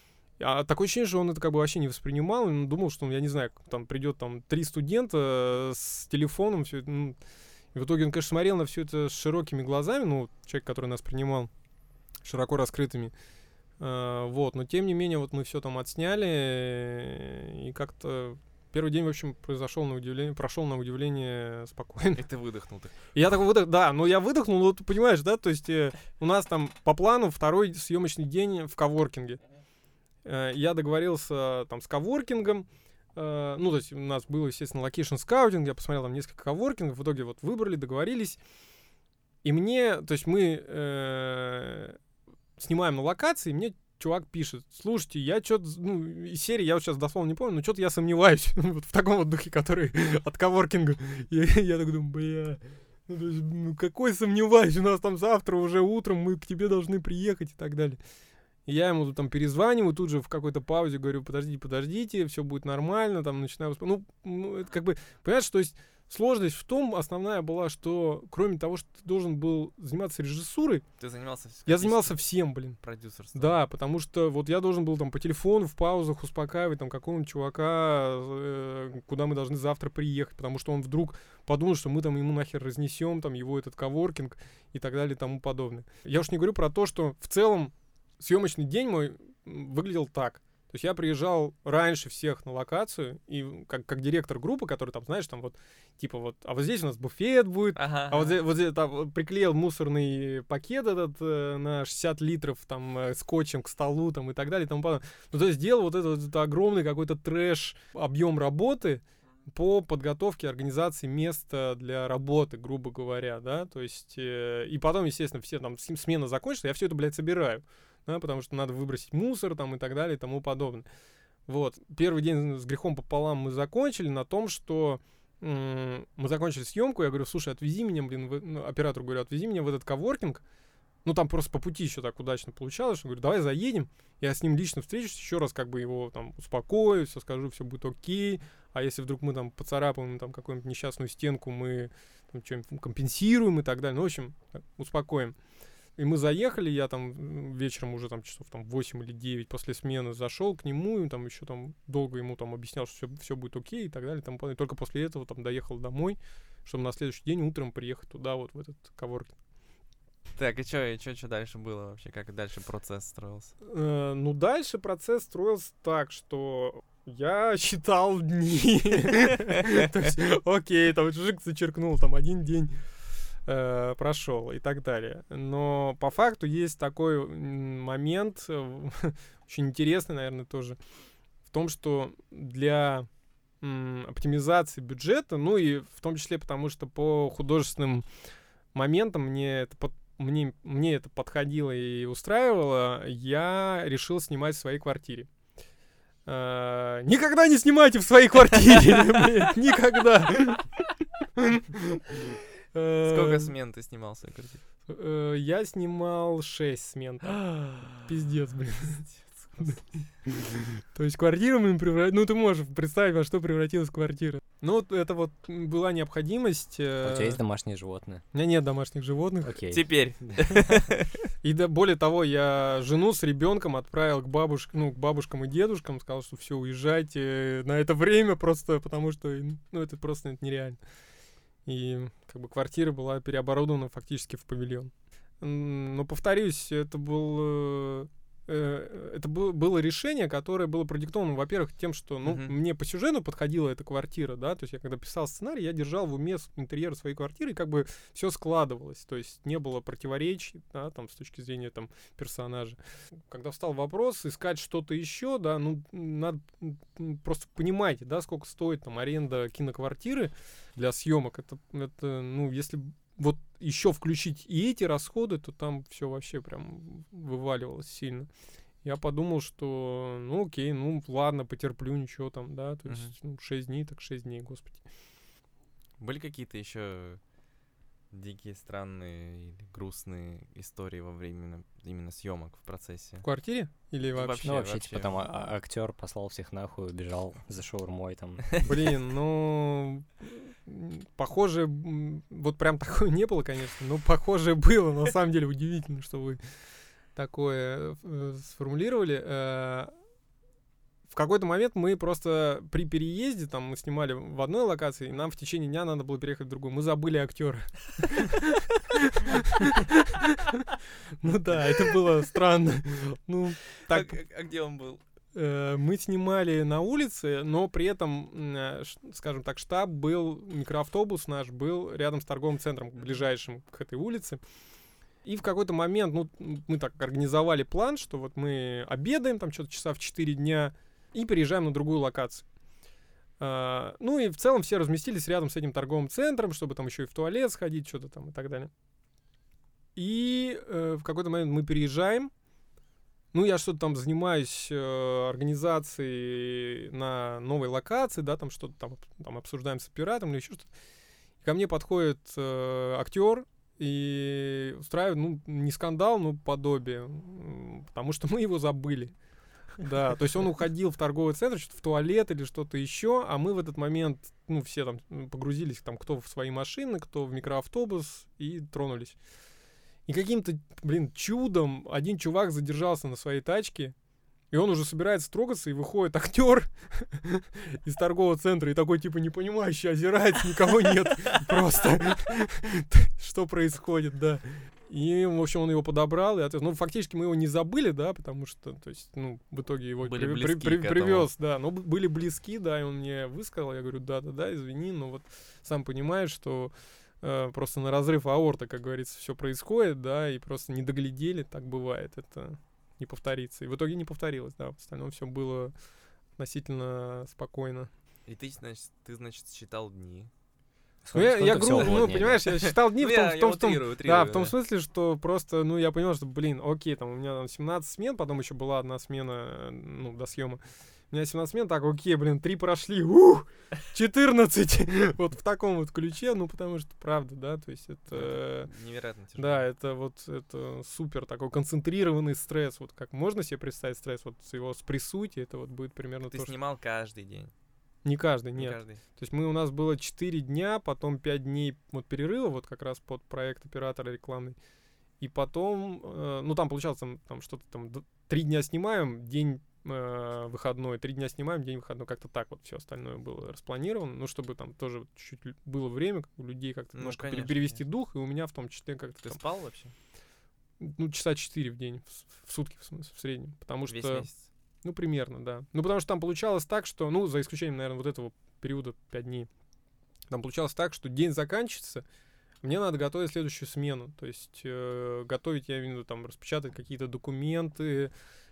А такое ощущение, что он это как бы вообще не воспринимал, он думал, что, я не знаю, там придет там три студента с телефоном, все это, ну, и в итоге он, конечно, смотрел на все это с широкими глазами, ну, человек, который нас принимал, широко раскрытыми. Uh, вот, но тем не менее, вот мы все там отсняли, и как-то первый день, в общем, произошел на удивление, прошел на удивление спокойно. И ты выдохнул так. Я такой выдох, да, но я выдохнул, ну, ты понимаешь, да, то есть э, у нас там по плану второй съемочный день в коворкинге. Э, я договорился там с коворкингом, э, ну, то есть у нас был, естественно, локейшн скаутинг, я посмотрел там несколько коворкингов, в итоге вот выбрали, договорились, и мне, то есть мы э, снимаем на локации, и мне чувак пишет: слушайте, я что-то, ну, из серии, я вот сейчас дословно не помню, но что-то я сомневаюсь, вот в таком вот духе, который от коворкинга. Я, я так думаю, бля, ну, то есть, ну какой сомневаюсь, у нас там завтра уже утром мы к тебе должны приехать и так далее. И я ему там перезваниваю, тут же в какой-то паузе говорю: подождите, подождите, все будет нормально, там начинаю... Ну, ну, это как бы, понимаешь, то есть сложность в том, основная была, что кроме того, что ты должен был заниматься режиссурой, ты занимался я занимался всем, блин. Продюсерством. Да, потому что вот я должен был там по телефону в паузах успокаивать там какого-нибудь чувака, э, куда мы должны завтра приехать, потому что он вдруг подумал, что мы там ему нахер разнесем, там его этот коворкинг и так далее и тому подобное. Я уж не говорю про то, что в целом съемочный день мой выглядел так. То есть я приезжал раньше всех на локацию, и как, как директор группы, который там, знаешь, там вот, типа вот, а вот здесь у нас буфет будет, ага, а вот здесь, вот здесь там, приклеил мусорный пакет этот э, на шестьдесят литров там э, скотчем к столу там и так далее и тому подобное. Ну, то есть сделал вот этот, этот огромный какой-то трэш, объем работы по подготовке организации места для работы, грубо говоря, да, то есть, э, и потом, естественно, все там, смена закончится, я все это, блядь, собираю. Да, потому что надо выбросить мусор там и так далее и тому подобное. Вот. Первый день с грехом пополам мы закончили на том, что м- мы закончили съемку, я говорю: слушай, отвези меня, блин, в... ну, оператору говорю, отвези меня в этот коворкинг. Ну, там просто по пути еще так удачно получалось, что говорю: давай заедем, я с ним лично встречусь, еще раз как бы его там успокою, все скажу, все будет окей, а если вдруг мы там поцарапаем там какую-нибудь несчастную стенку, мы там что-нибудь компенсируем и так далее, ну, в общем, успокоим. И мы заехали, я там вечером уже там часов там восемь или девять после смены зашел к нему, и там еще там долго ему там объяснял, что все, все будет окей и так далее. Там, и только после этого там доехал домой, чтобы на следующий день утром приехать туда, вот в этот коворкинг. Так, и что, и что, что дальше было вообще? Как дальше процесс строился? Э, ну, дальше процесс строился так, что я считал дни. То есть, окей, там Жик зачеркнул, там один день э, прошел и так далее. Но по факту есть такой момент, очень интересный, наверное, тоже, в том, что для м, оптимизации бюджета, ну и в том числе потому, что по художественным моментам мне это под Мне, мне это подходило и устраивало, я решил снимать в своей квартире. А, никогда не снимайте в своей квартире! Никогда! Сколько смен ты снимал в своей квартире? Я снимал шесть смен. Пиздец, блин. То есть квартиру мы превратили... Ну, ты можешь представить, во что превратилась квартира. Ну, это вот была необходимость... А у тебя есть домашние животные? У меня нет домашних животных. Окей. Теперь. И да, более того, я жену с ребенком отправил к, бабуш... ну, к бабушкам и дедушкам, сказал, что все, уезжайте на это время просто, потому что, ну, это просто это нереально. И как бы квартира была переоборудована фактически в павильон. Но, повторюсь, это был... Это было решение, которое было продиктовано, во-первых, тем, что ну, uh-huh. мне по сюжету подходила эта квартира, да, то есть я когда писал сценарий, я держал в уме интерьер своей квартиры, и как бы все складывалось, то есть не было противоречий, да, там, с точки зрения там персонажа. Когда встал вопрос искать что-то еще, да, ну, надо просто понимать, да, сколько стоит там аренда киноквартиры для съемок, это, это ну, если вот еще включить и эти расходы, то там все вообще прям вываливалось сильно. Я подумал, что ну окей, ну ладно, потерплю, ничего там, да, то есть uh-huh. ну, шесть дней, так шесть дней, господи. Были какие-то еще дикие, странные или грустные истории во время именно съемок в процессе? В квартире или Ну, вообще? вообще. Ну, вообще, типа, там а- а- актер послал всех нахуй, убежал за шаурмой, там. Блин, ну... м, Похоже, м, вот прям такое не было, конечно, но похоже было. На самом деле удивительно, что вы такое э, сформулировали. Э, В какой-то момент мы просто при переезде, там мы снимали в одной локации, и нам в течение дня надо было переехать в другую. Мы забыли актера. Ну да, это было странно. Ну, так, А, а где он был? э, мы снимали на улице, но при этом, м, э, ш- скажем так, штаб был, микроавтобус наш был рядом с торговым центром, ближайшим к этой улице. И в какой-то момент, ну, м, мы так организовали план, что вот мы обедаем там что-то часа в четыре дня и переезжаем на другую локацию. А, ну и в целом все разместились рядом с этим торговым центром, чтобы там еще и в туалет сходить, что-то там и так далее. И э, в какой-то момент мы переезжаем. Ну, я что-то там занимаюсь э, организацией на новой локации, да, там что-то там, там обсуждаем с оператором или еще что-то. И ко мне подходит э, актер и устраивает, ну, не скандал, но подобие, м, потому что мы его забыли. Да, то есть он уходил в торговый центр, что-то в туалет или что-то еще, а мы в этот момент, ну, все там м, погрузились, там, кто в свои машины, кто в микроавтобус, и тронулись. И каким-то, блин, чудом один чувак задержался на своей тачке, и он уже собирается трогаться, и выходит актер из торгового центра, и такой, типа, непонимающий, озирается, никого нет, просто. Что происходит, да. И, в общем, он его подобрал, и, отвез. Ну, фактически мы его не забыли, да, потому что, то есть, ну, в итоге его Были при- близки при- к этому. привез, да, но б- были близки, да, и он мне высказал, я говорю, да-да-да, извини, но вот сам понимаешь, что э, просто на разрыв аорты, как говорится, все происходит, да, и просто не доглядели, так бывает, это не повторится. И в итоге не повторилось, да, в остальном все было относительно спокойно. И ты, значит, ты, значит, считал дни. Ну, я, я Сколько всего гру- было ну, дней? понимаешь, я считал дни Ну, в том, я- в я том, в том- утрирую, да, утрирую, в том да. смысле, что просто, ну, я понял, что, блин, окей, там у меня там семнадцать смен, потом еще была одна смена, э, ну, до съема. У меня семнадцать смен, так, окей, блин, три прошли, ух, четырнадцать, вот в таком вот ключе, ну, потому что, правда, да, то есть это, Невероятно тяжело. да, это вот, это супер такой концентрированный стресс, вот как можно себе представить стресс, вот его спрессуйте, это вот будет примерно Ты то, что... снимал каждый день. Не каждый, Не нет. каждый. То есть мы, у нас было четыре дня, потом пять дней вот перерыва, вот как раз под проект оператора рекламный. И потом, э, ну там получалось там, там что-то там, д- три дня снимаем, день э, выходной, три дня снимаем, день выходной, как-то так вот все остальное было распланировано, ну чтобы там тоже вот чуть-чуть лю- было время, как у людей как-то Ну, немножко пере- конечно, перевести конечно. дух, и у меня в том числе как-то Ты там, спал вообще? ну часа четыре в день, в, с- в сутки в смысле, в среднем, потому Весь что... месяц? Ну, примерно, да. Ну, потому что там получалось так, что, ну, за исключением, наверное, вот этого периода пять дней, там получалось так, что день заканчивается, мне надо готовить следующую смену. То есть э, готовить, я имею в виду, там, распечатать какие-то документы,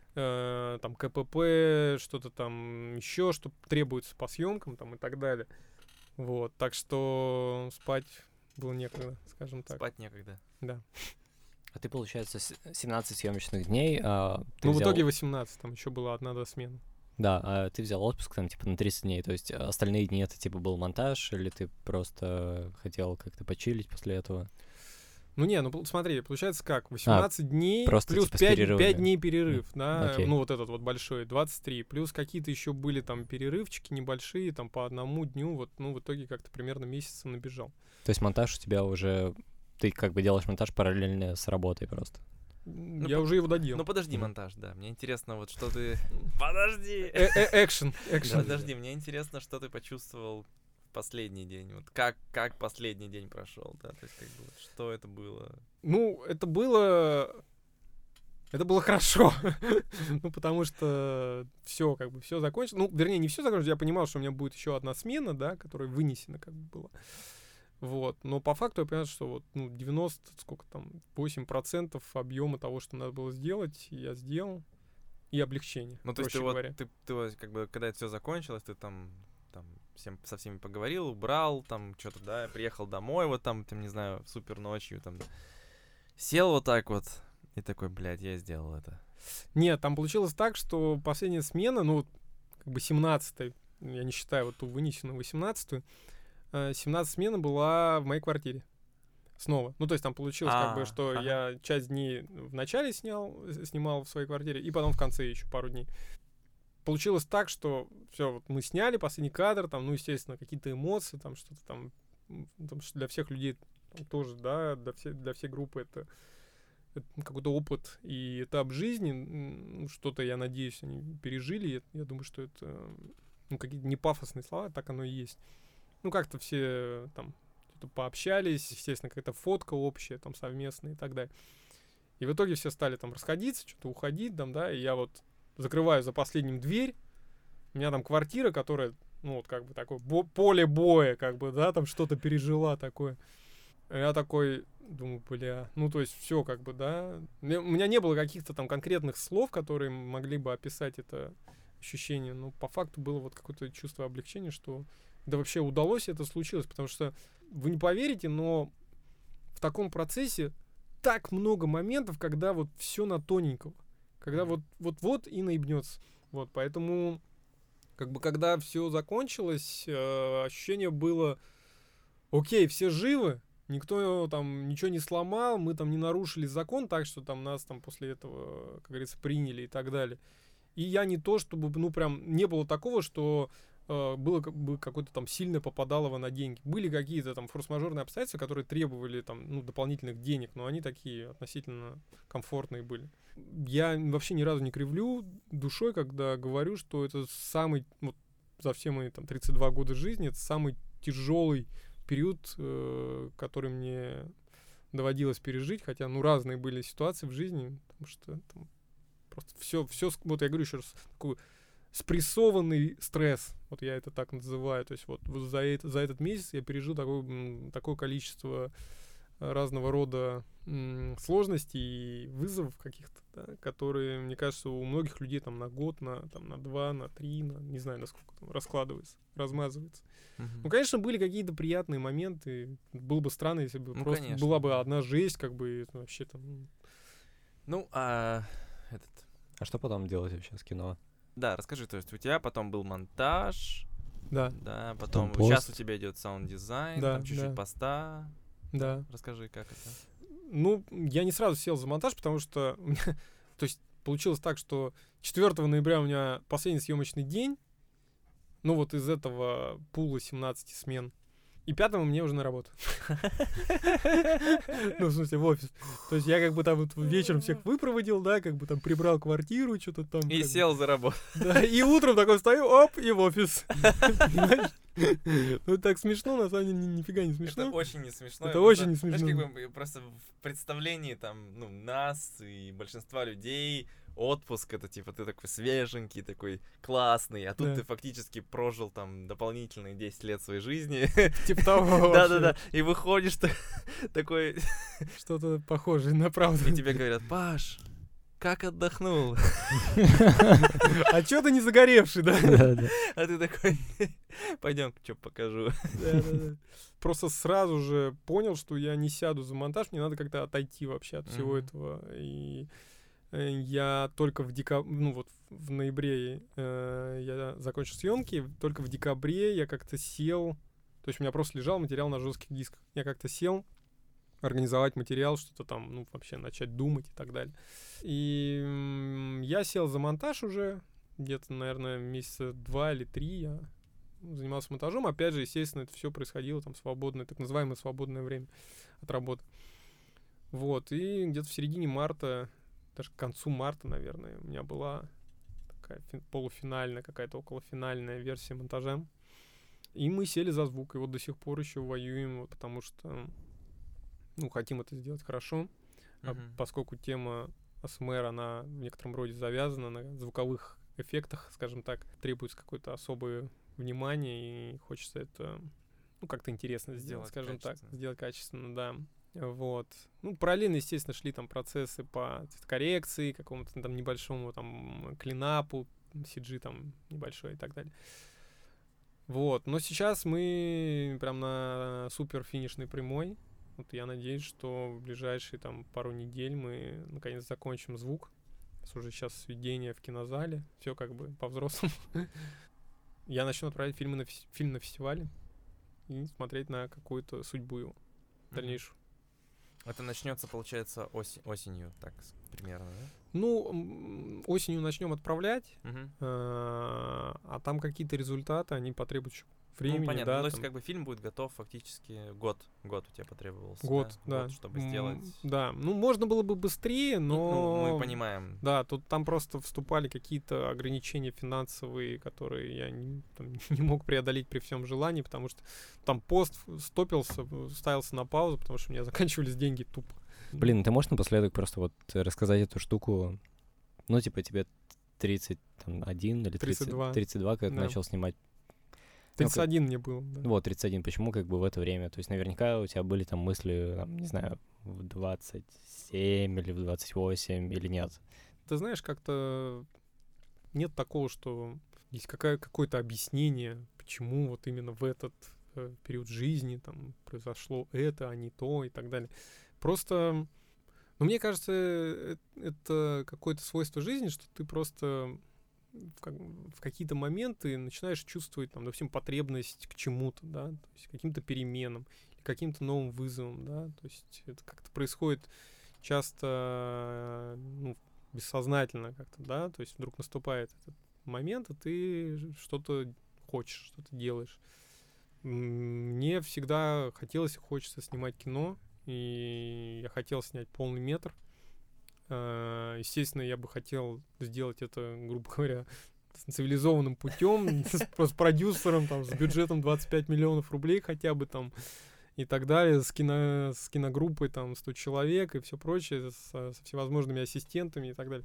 э, там, КПП, что-то там еще, что требуется по съемкам, там, и так далее. Вот, так что спать было некогда, скажем так. Спать некогда. Да. А ты, получается, с- семнадцать съемочных дней. а ты Ну, в взял- итоге восемнадцать, там еще была одна-два смены. Да, а ты взял отпуск там, типа, на тридцать дней. То есть а, остальные дни это, типа, был монтаж, или ты просто хотел как-то почилить после этого? Ну не, ну пол- смотри, получается как, восемнадцать дней просто плюс типа с пять, перерывами. пять дней перерыв, да, окей. ну вот этот вот большой, двадцать три, плюс какие-то еще были там перерывчики небольшие, там по одному дню, вот, ну в итоге как-то примерно месяц набежал. То есть монтаж у тебя уже... Ты как бы делаешь монтаж параллельно с работой просто. М, Я по- уже его доделал. Ну подожди, Мгм. монтаж, да. Мне интересно, вот что ты... Подожди! Э, э, Экшен, экшен. Подожди, мне интересно, что ты почувствовал в последний день. Вот как, как последний день прошел, да? То есть, как бы, вот что это было? Ну, это было... Это было хорошо. Ну, потому что все, как бы, все закончилось. Ну, вернее, не все закончилось. Я понимал, что у меня будет еще одна смена, да, которая вынесена, как бы, была. Вот. Но по факту я понял, что вот, ну, девяносто, сколько там, восемь процентов объема того, что надо было сделать, я сделал. И облегчение, Ну, то есть проще ты вот, говоря. ты, ты вот, как бы, когда это все закончилось, ты там, там всем, со всеми поговорил, убрал, там, что-то, да, приехал домой, вот там, там, не знаю, супер ночью, там, сел вот так вот, и такой, блядь, я сделал это. Нет, там получилось так, что последняя смена, ну, как бы семнадцатая, я не считаю вот ту вынесенную восемнадцатую, э, семнадцатая смена была в моей квартире. снова. Ну, то есть там получилось А, как бы, что ага. я часть дней в начале снял, с- снимал в своей квартире, и потом в конце еще пару дней. Получилось так, что все, вот мы сняли последний кадр, там, ну, естественно, какие-то эмоции, там, что-то там, м, там, что для всех людей там тоже, да, для всей, для всей группы это, это какой-то опыт и этап жизни, м, что-то, я надеюсь, они пережили, я, я думаю, что это, ну, какие-то не пафосные слова, так оно и есть. Ну, как-то все там что-то пообщались, естественно, какая-то фотка общая, там, совместная и так далее. И в итоге все стали там расходиться, что-то уходить, там, да, и я вот закрываю за последним дверь, у меня там квартира, которая, ну, вот как бы такое бо- поле боя, как бы, да, там что-то пережила такое. Я такой думаю, бля, ну, то есть все как бы, да. Мне- У меня не было каких-то там конкретных слов, которые могли бы описать это ощущение, но по факту было вот какое-то чувство облегчения, что да вообще удалось, это случилось, потому что вы не поверите, но в таком процессе так много моментов, когда вот все на тоненького, когда вот вот вот и наебнется, вот, поэтому как бы когда все закончилось, э, ощущение было, окей, все живы, никто там ничего не сломал, мы там не нарушили закон, так что там нас там после этого, как говорится, приняли и так далее. И я не то, чтобы, ну, прям, не было такого, что э, было как бы какое-то там сильное попадалово на деньги. Были какие-то там форс-мажорные обстоятельства, которые требовали там, ну, дополнительных денег, но они такие относительно комфортные были. Я вообще ни разу не кривлю душой, когда говорю, что это самый, вот за все мои там тридцать два года жизни, это самый тяжелый период, э, который мне доводилось пережить, хотя, ну, разные были ситуации в жизни, потому что там просто все, все, вот я говорю еще раз, такой спрессованный стресс, вот я это так называю, то есть вот, вот за, это, за этот месяц я пережил такое, м, такое количество разного рода м, сложностей и вызовов каких-то, да, которые, мне кажется, у многих людей там на год, на, там, на два, на три, на, не знаю, насколько там раскладывается, размазывается. Мгм. Ну, конечно, были какие-то приятные моменты, было бы странно, если бы Ну, просто конечно, была бы да. одна жесть, как бы, и вообще там... м, Ну, а этот... А что потом делать вообще с кино? Да, расскажи, то есть у тебя потом был монтаж, Да, да, потом пост. сейчас у тебя идет саунд-дизайн, Да, там чуть-чуть да. поста. да. Расскажи, как это? Ну, я не сразу сел за монтаж, потому что, у меня- то есть, получилось так, что четвёртого ноября у меня последний съемочный день, ну, вот из этого пула семнадцати смен, и пятого мне уже на работу. Ну, в смысле, в офис. То есть я как бы там вот вечером всех выпроводил, да, как бы там прибрал квартиру, что-то там. И как бы. сел за работу. Да, и утром такой встаю, оп, и в офис. Понимаешь? Ну, это так смешно, на самом деле, ни- нифига не Это смешно. очень не смешно. Это я очень просто- не Знаешь, смешно. как бы просто в представлении там, ну, нас и большинства людей отпуск это типа ты такой свеженький, такой классный, а тут Да. ты фактически прожил там дополнительные десять лет своей жизни. Типа того. Да-да-да. И выходишь та- такой, Что-то похожее на правду. и тебе говорят: Паш, как отдохнул? А чё ты не загоревший, да? Да-да. А ты такой: пойдем, что покажу. Да-да-да. Просто сразу же понял, что я не сяду за монтаж, мне надо как-то отойти вообще от всего Мгм. этого. И э, я только в декабре, ну вот в ноябре э, я закончил съемки, только в декабре я как-то сел, то есть у меня просто лежал материал на жестких дисках. Я как-то сел организовать материал, что-то там, ну, вообще начать думать и так далее. И м, я сел за монтаж уже, где-то, наверное, месяца два или три я занимался монтажом. Опять же, естественно, это все происходило там в свободное, так называемое свободное время от работы. Вот, и где-то в середине марта, даже к концу марта, наверное, у меня была такая фи- полуфинальная, какая-то околофинальная версия монтажа. И мы сели за звук, и вот до сих пор еще воюем, вот, потому что, ну, хотим это сделать хорошо, а Мгм. поскольку тема эй эс эм эр, она в некотором роде завязана на звуковых эффектах, скажем так, требуется какое-то особое внимание, и хочется это, ну, как-то интересно сделать, Сделать скажем так, качественно. сделать качественно, да. Вот. Ну, параллельно, естественно, шли там процессы по цветокоррекции, какому-то там небольшому там клинапу, си джи там небольшой и так далее. Вот. Но сейчас мы прям на супер финишной прямой. Вот я надеюсь, что в ближайшие там пару недель мы наконец закончим звук. У нас уже сейчас сведение в кинозале. Все как бы по-взрослому. Я начну отправить фильмы на фес- фильм на фестивале и смотреть на какую-то судьбу его Мгм. дальнейшую. Это начнется, получается, ось- осенью, так с- примерно, да? Ну, м, осенью начнем отправлять, Мгм. а а там какие-то результаты, они потребуют еще времени, Ну, понятно. да, Ну, то есть, там как бы фильм будет готов фактически год. Год у тебя потребовался, год, да? да. Год, чтобы М, сделать... Да, ну, можно было бы быстрее, И, ну, мы но... понимаем. Да, тут там просто вступали какие-то ограничения финансовые, которые я не, там, не мог преодолеть при всем желании, потому что там пост стопился, ставился на паузу, потому что у меня заканчивались деньги тупо. Блин, ты можешь напоследок просто вот рассказать эту штуку? Ну, типа, тебе тридцать один или тридцать два. тридцать два, когда ты Да. начал снимать. тридцать один мне было, да. Вот, тридцать один. Почему как бы в это время? То есть наверняка у тебя были там мысли, там, не знаю, в двадцать семь или в двадцать восемь или нет? Ты знаешь, как-то нет такого, что есть какая- какое-то объяснение, почему вот именно в этот э, период жизни там произошло это, а не то и так далее. Просто, ну, мне кажется, э, это какое-то свойство жизни, что ты просто в, как- в какие-то моменты начинаешь чувствовать, там, допустим, потребность к чему-то, да, то есть к каким-то переменам, или каким-то новым вызовам, да, то есть это как-то происходит часто, ну, бессознательно как-то, да, то есть вдруг наступает этот момент, и ты что-то хочешь, что-то делаешь. М, Мне всегда хотелось и хочется снимать кино, и я хотел снять полный метр. Э, Естественно, я бы хотел сделать это, грубо говоря, с цивилизованным путем, с с продюсером, там, с бюджетом двадцать пять миллионов рублей хотя бы там и так далее, с, кино, с киногруппой там сто человек и все прочее, со, со всевозможными ассистентами и так далее.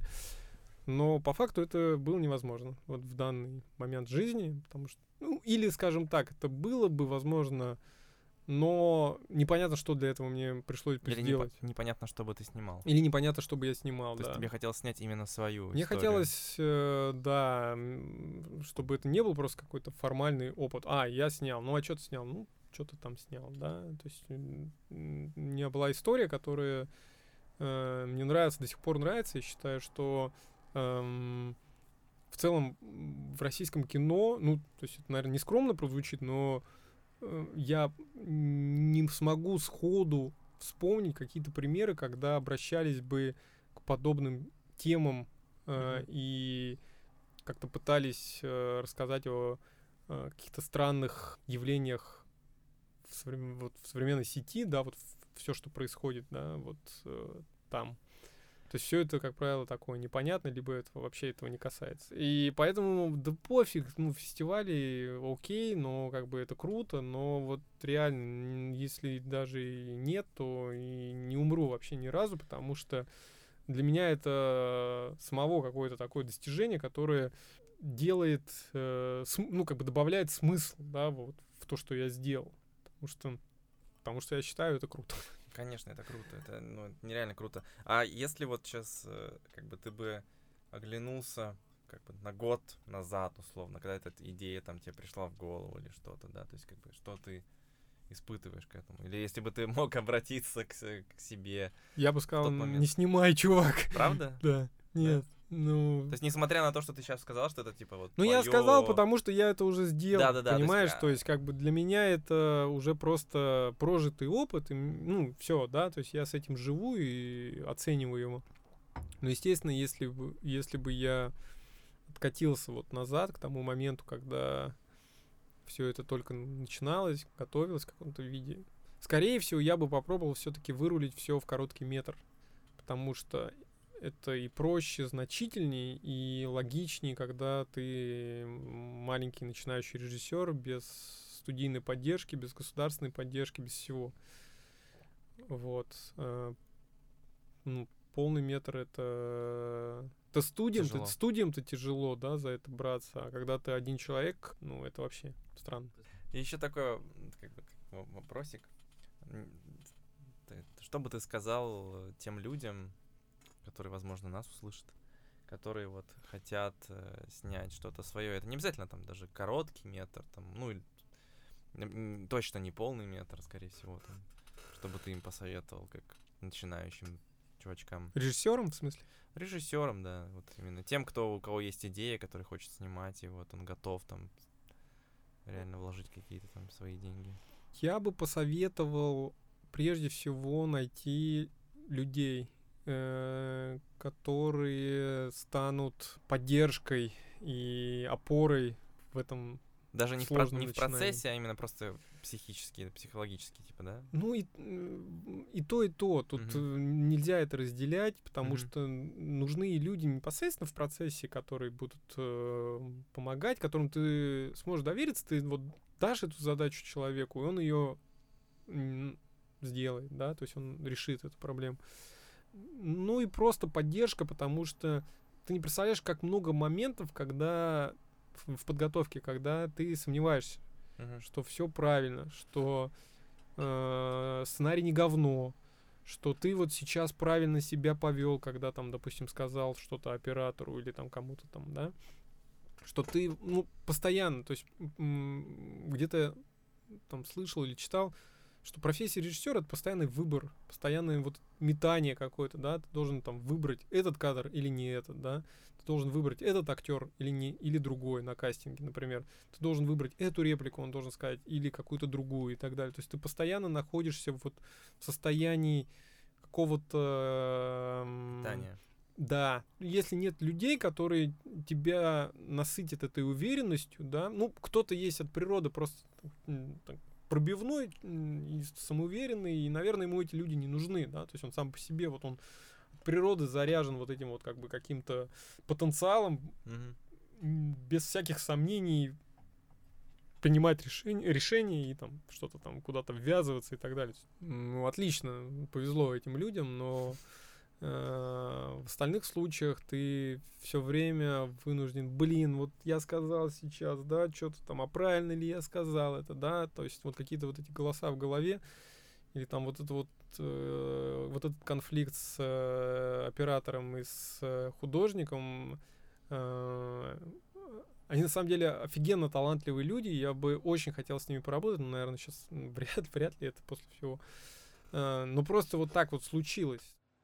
Но по факту это было невозможно вот в данный момент жизни, потому что, ну, или, скажем так, это было бы возможно, но непонятно, что для этого мне пришлось бы Или непо- сделать. непонятно, что бы ты снимал. Или непонятно, что бы я снимал, То да. есть тебе хотелось снять именно свою Мне историю. хотелось, э, да, м, чтобы это не был просто какой-то формальный опыт. А, я снял. Ну, а что ты снял? Ну, что ты там снял, да. То есть м, м, у меня была история, которая э, мне нравится, до сих пор нравится. Я считаю, что эм, в целом м, в российском кино, ну, то есть это, наверное, не скромно прозвучит, но э, я не смогу сходу вспомнить какие-то примеры, когда обращались бы к подобным темам э, Мгм. и как-то пытались э, рассказать о э, каких-то странных явлениях в, соврем- вот в современной сети, да, вот все, что происходит, да, вот э, там. То есть все это, как правило, такое непонятно, либо это вообще этого не касается. И поэтому, да пофиг, ну, фестивали окей, но как бы это круто, но вот реально, н- если даже и нет, то и не умру вообще ни разу, потому что для меня это самого какое-то такое достижение, которое делает, э, см- ну, как бы добавляет смысл, да, вот в то, что я сделал. Потому что, потому что я считаю это круто. Конечно, это круто, это ну, нереально круто. А если вот сейчас, как бы ты бы оглянулся как бы на год назад, условно, когда эта идея там тебе пришла в голову или что-то, да, то есть как бы что ты испытываешь к этому? Или если бы ты мог обратиться к, с- к себе, Я бы сказал, тот момент. не снимай, чувак. правда? Да, нет, ну... То есть несмотря на то, что ты сейчас сказал, что это типа вот Ну, я твоё- сказал, потому что я это уже сделал, Да-да-да, то есть, понимаешь? а- То есть, как бы для меня это уже просто прожитый опыт, и, м, ну, все, да, то есть я с этим живу и оцениваю его. Но, естественно, если бы, если бы я откатился вот назад к тому моменту, когда все это только начиналось, готовилось в каком-то виде, скорее всего, я бы попробовал все-таки вырулить все в короткий метр, потому что это и проще, значительнее, и логичнее, когда ты маленький начинающий режиссер без студийной поддержки, без государственной поддержки, без всего. Вот. э, Ну, полный метр это... Это студиям, Тяжело. студиям-то тяжело, да, за это браться, а когда ты один человек, ну, это вообще странно. И еще такой м, как бы, как во- вопросик. М, ты- Что бы ты сказал э, тем людям, которые, возможно, нас услышат, которые вот хотят э, снять что-то свое? Это не обязательно там даже короткий метр, там, ну, или, м, точно не полный метр, скорее всего, там, чтобы ты им посоветовал, как начинающим чувачкам. Режиссером, в смысле? Режиссерам, да, вот именно тем, кто, у кого есть идея, который хочет снимать, и вот он готов там реально вложить какие-то там свои деньги. Я бы посоветовал прежде всего найти людей, э, которые станут поддержкой и опорой в этом. Даже не в, про- не в процессе, а именно просто психически, психологически, типа, да? Ну, и, и то, и то. Тут uh-huh. нельзя это разделять, потому uh-huh. что нужны люди непосредственно в процессе, которые будут э, помогать, которым ты сможешь довериться, ты вот дашь эту задачу человеку, и он ее сделает, да, то есть он решит эту проблему. Ну и просто поддержка, потому что ты не представляешь, как много моментов, когда в подготовке, когда ты сомневаешься, uh-huh. что все правильно, что э, сценарий не говно, что ты вот сейчас правильно себя повел, когда там, допустим, сказал что-то оператору или там кому-то там, да, что ты, ну, постоянно, то есть м- где-то там слышал или читал, что профессия режиссера — это постоянный выбор, постоянное вот метание какое-то, да, ты должен там выбрать этот кадр или не этот, да, ты должен выбрать этот актер или не, или другой на кастинге, например, ты должен выбрать эту реплику, он должен сказать, или какую-то другую и так далее, то есть ты постоянно находишься вот в состоянии какого-то... Питания. Да, если нет людей, которые тебя насытят этой уверенностью, да, ну, кто-то есть от природы просто так, пробивной и самоуверенный, и, наверное, ему эти люди не нужны, да, то есть он сам по себе, вот он от природы заряжен вот этим вот как бы каким-то потенциалом, mm-hmm. без всяких сомнений принимать решения, решения и там что-то там куда-то ввязываться и так далее. Ну, отлично, повезло этим людям, но в остальных случаях ты все время вынужден, блин, вот я сказал сейчас, да, что-то там, а правильно ли я сказал это, да, то есть вот какие-то вот эти голоса в голове, или там вот это вот, э, вот этот конфликт с э, оператором и с э, художником, э, они на самом деле офигенно талантливые люди, я бы очень хотел с ними поработать, но, наверное, сейчас вряд, вряд ли это после всего, э, но просто вот так вот случилось.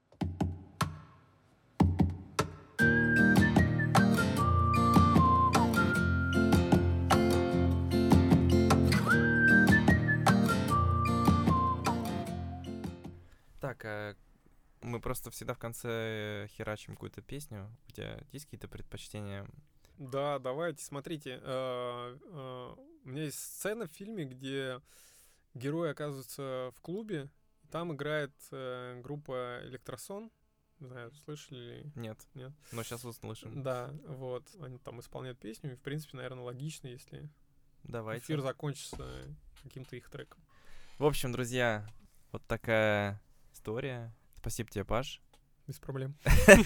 Так, а мы просто всегда в конце херачим какую-то песню. У тебя есть какие-то предпочтения? Да, давайте, смотрите. Э, э, у меня есть сцена в фильме, где герой оказывается в клубе, и там играет э, группа «Электросон». Не знаю, слышали ли? Нет. Нет. Но сейчас услышим. Да, вот. Они там исполняют песню, и, в принципе, наверное, логично, если Давайте. эфир закончится каким-то их треком. В общем, друзья, вот такая история. Спасибо тебе, Паш. Без проблем.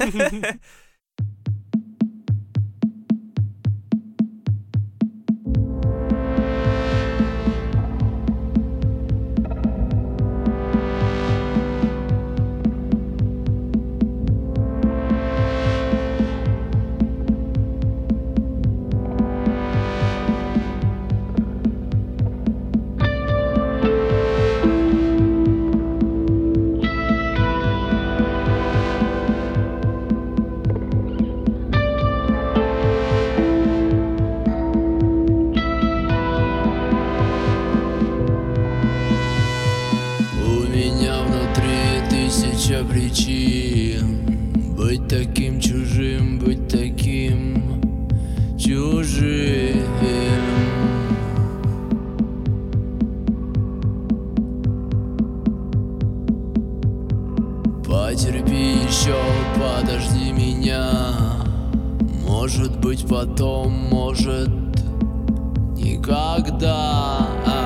Причин быть таким чужим, быть таким чужим. Потерпи еще, подожди меня. Может быть потом, может никогда.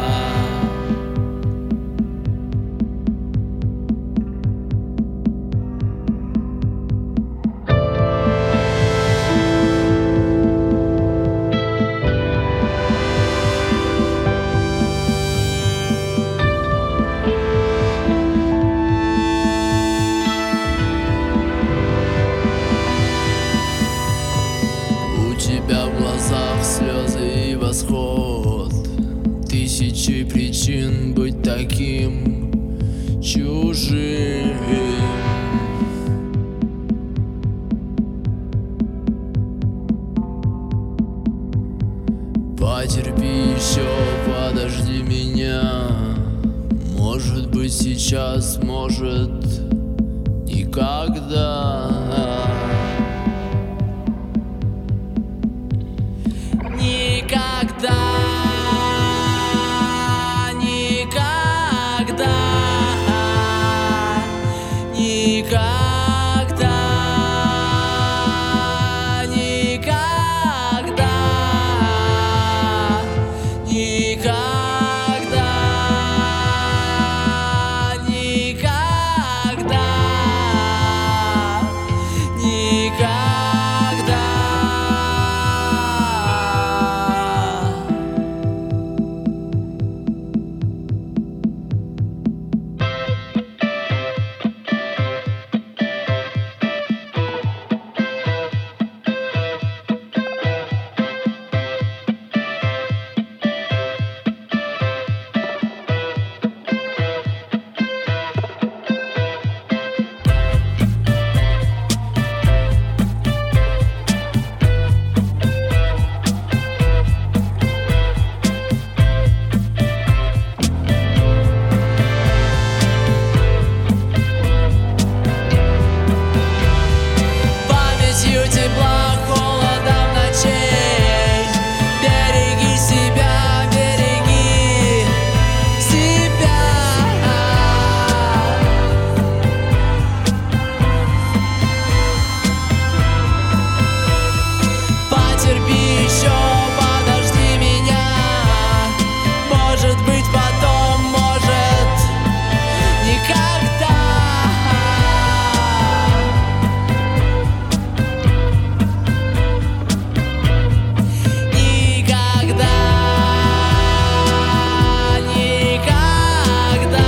Слезы и восход, тысячи причин быть таким чужим. Потерпи еще, подожди меня. Может быть сейчас, может, никогда. Никогда, никогда, никогда, никогда, никогда, никогда, никогда. Памятью тепла, холода в ночей. Береги себя, береги себя. Потерпи еще, подожди меня. Может быть, потом, может, никогда. Никогда, никогда,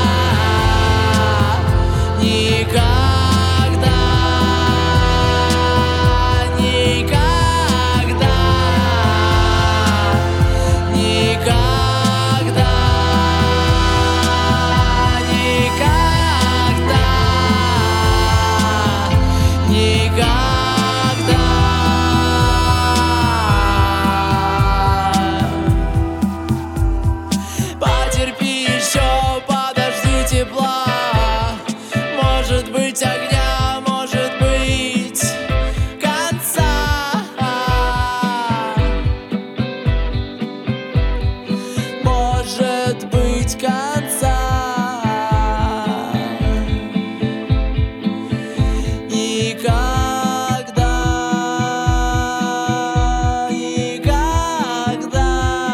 никогда, никогда, никогда, никогда, никогда. Потерпи еще, подожди тепла. Может быть, огня, может быть, конца. Может быть, конца. Никогда, никогда,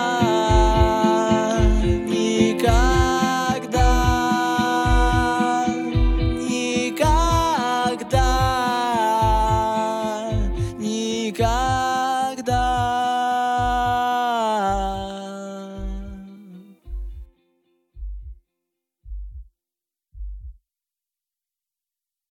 никогда, никогда, никогда.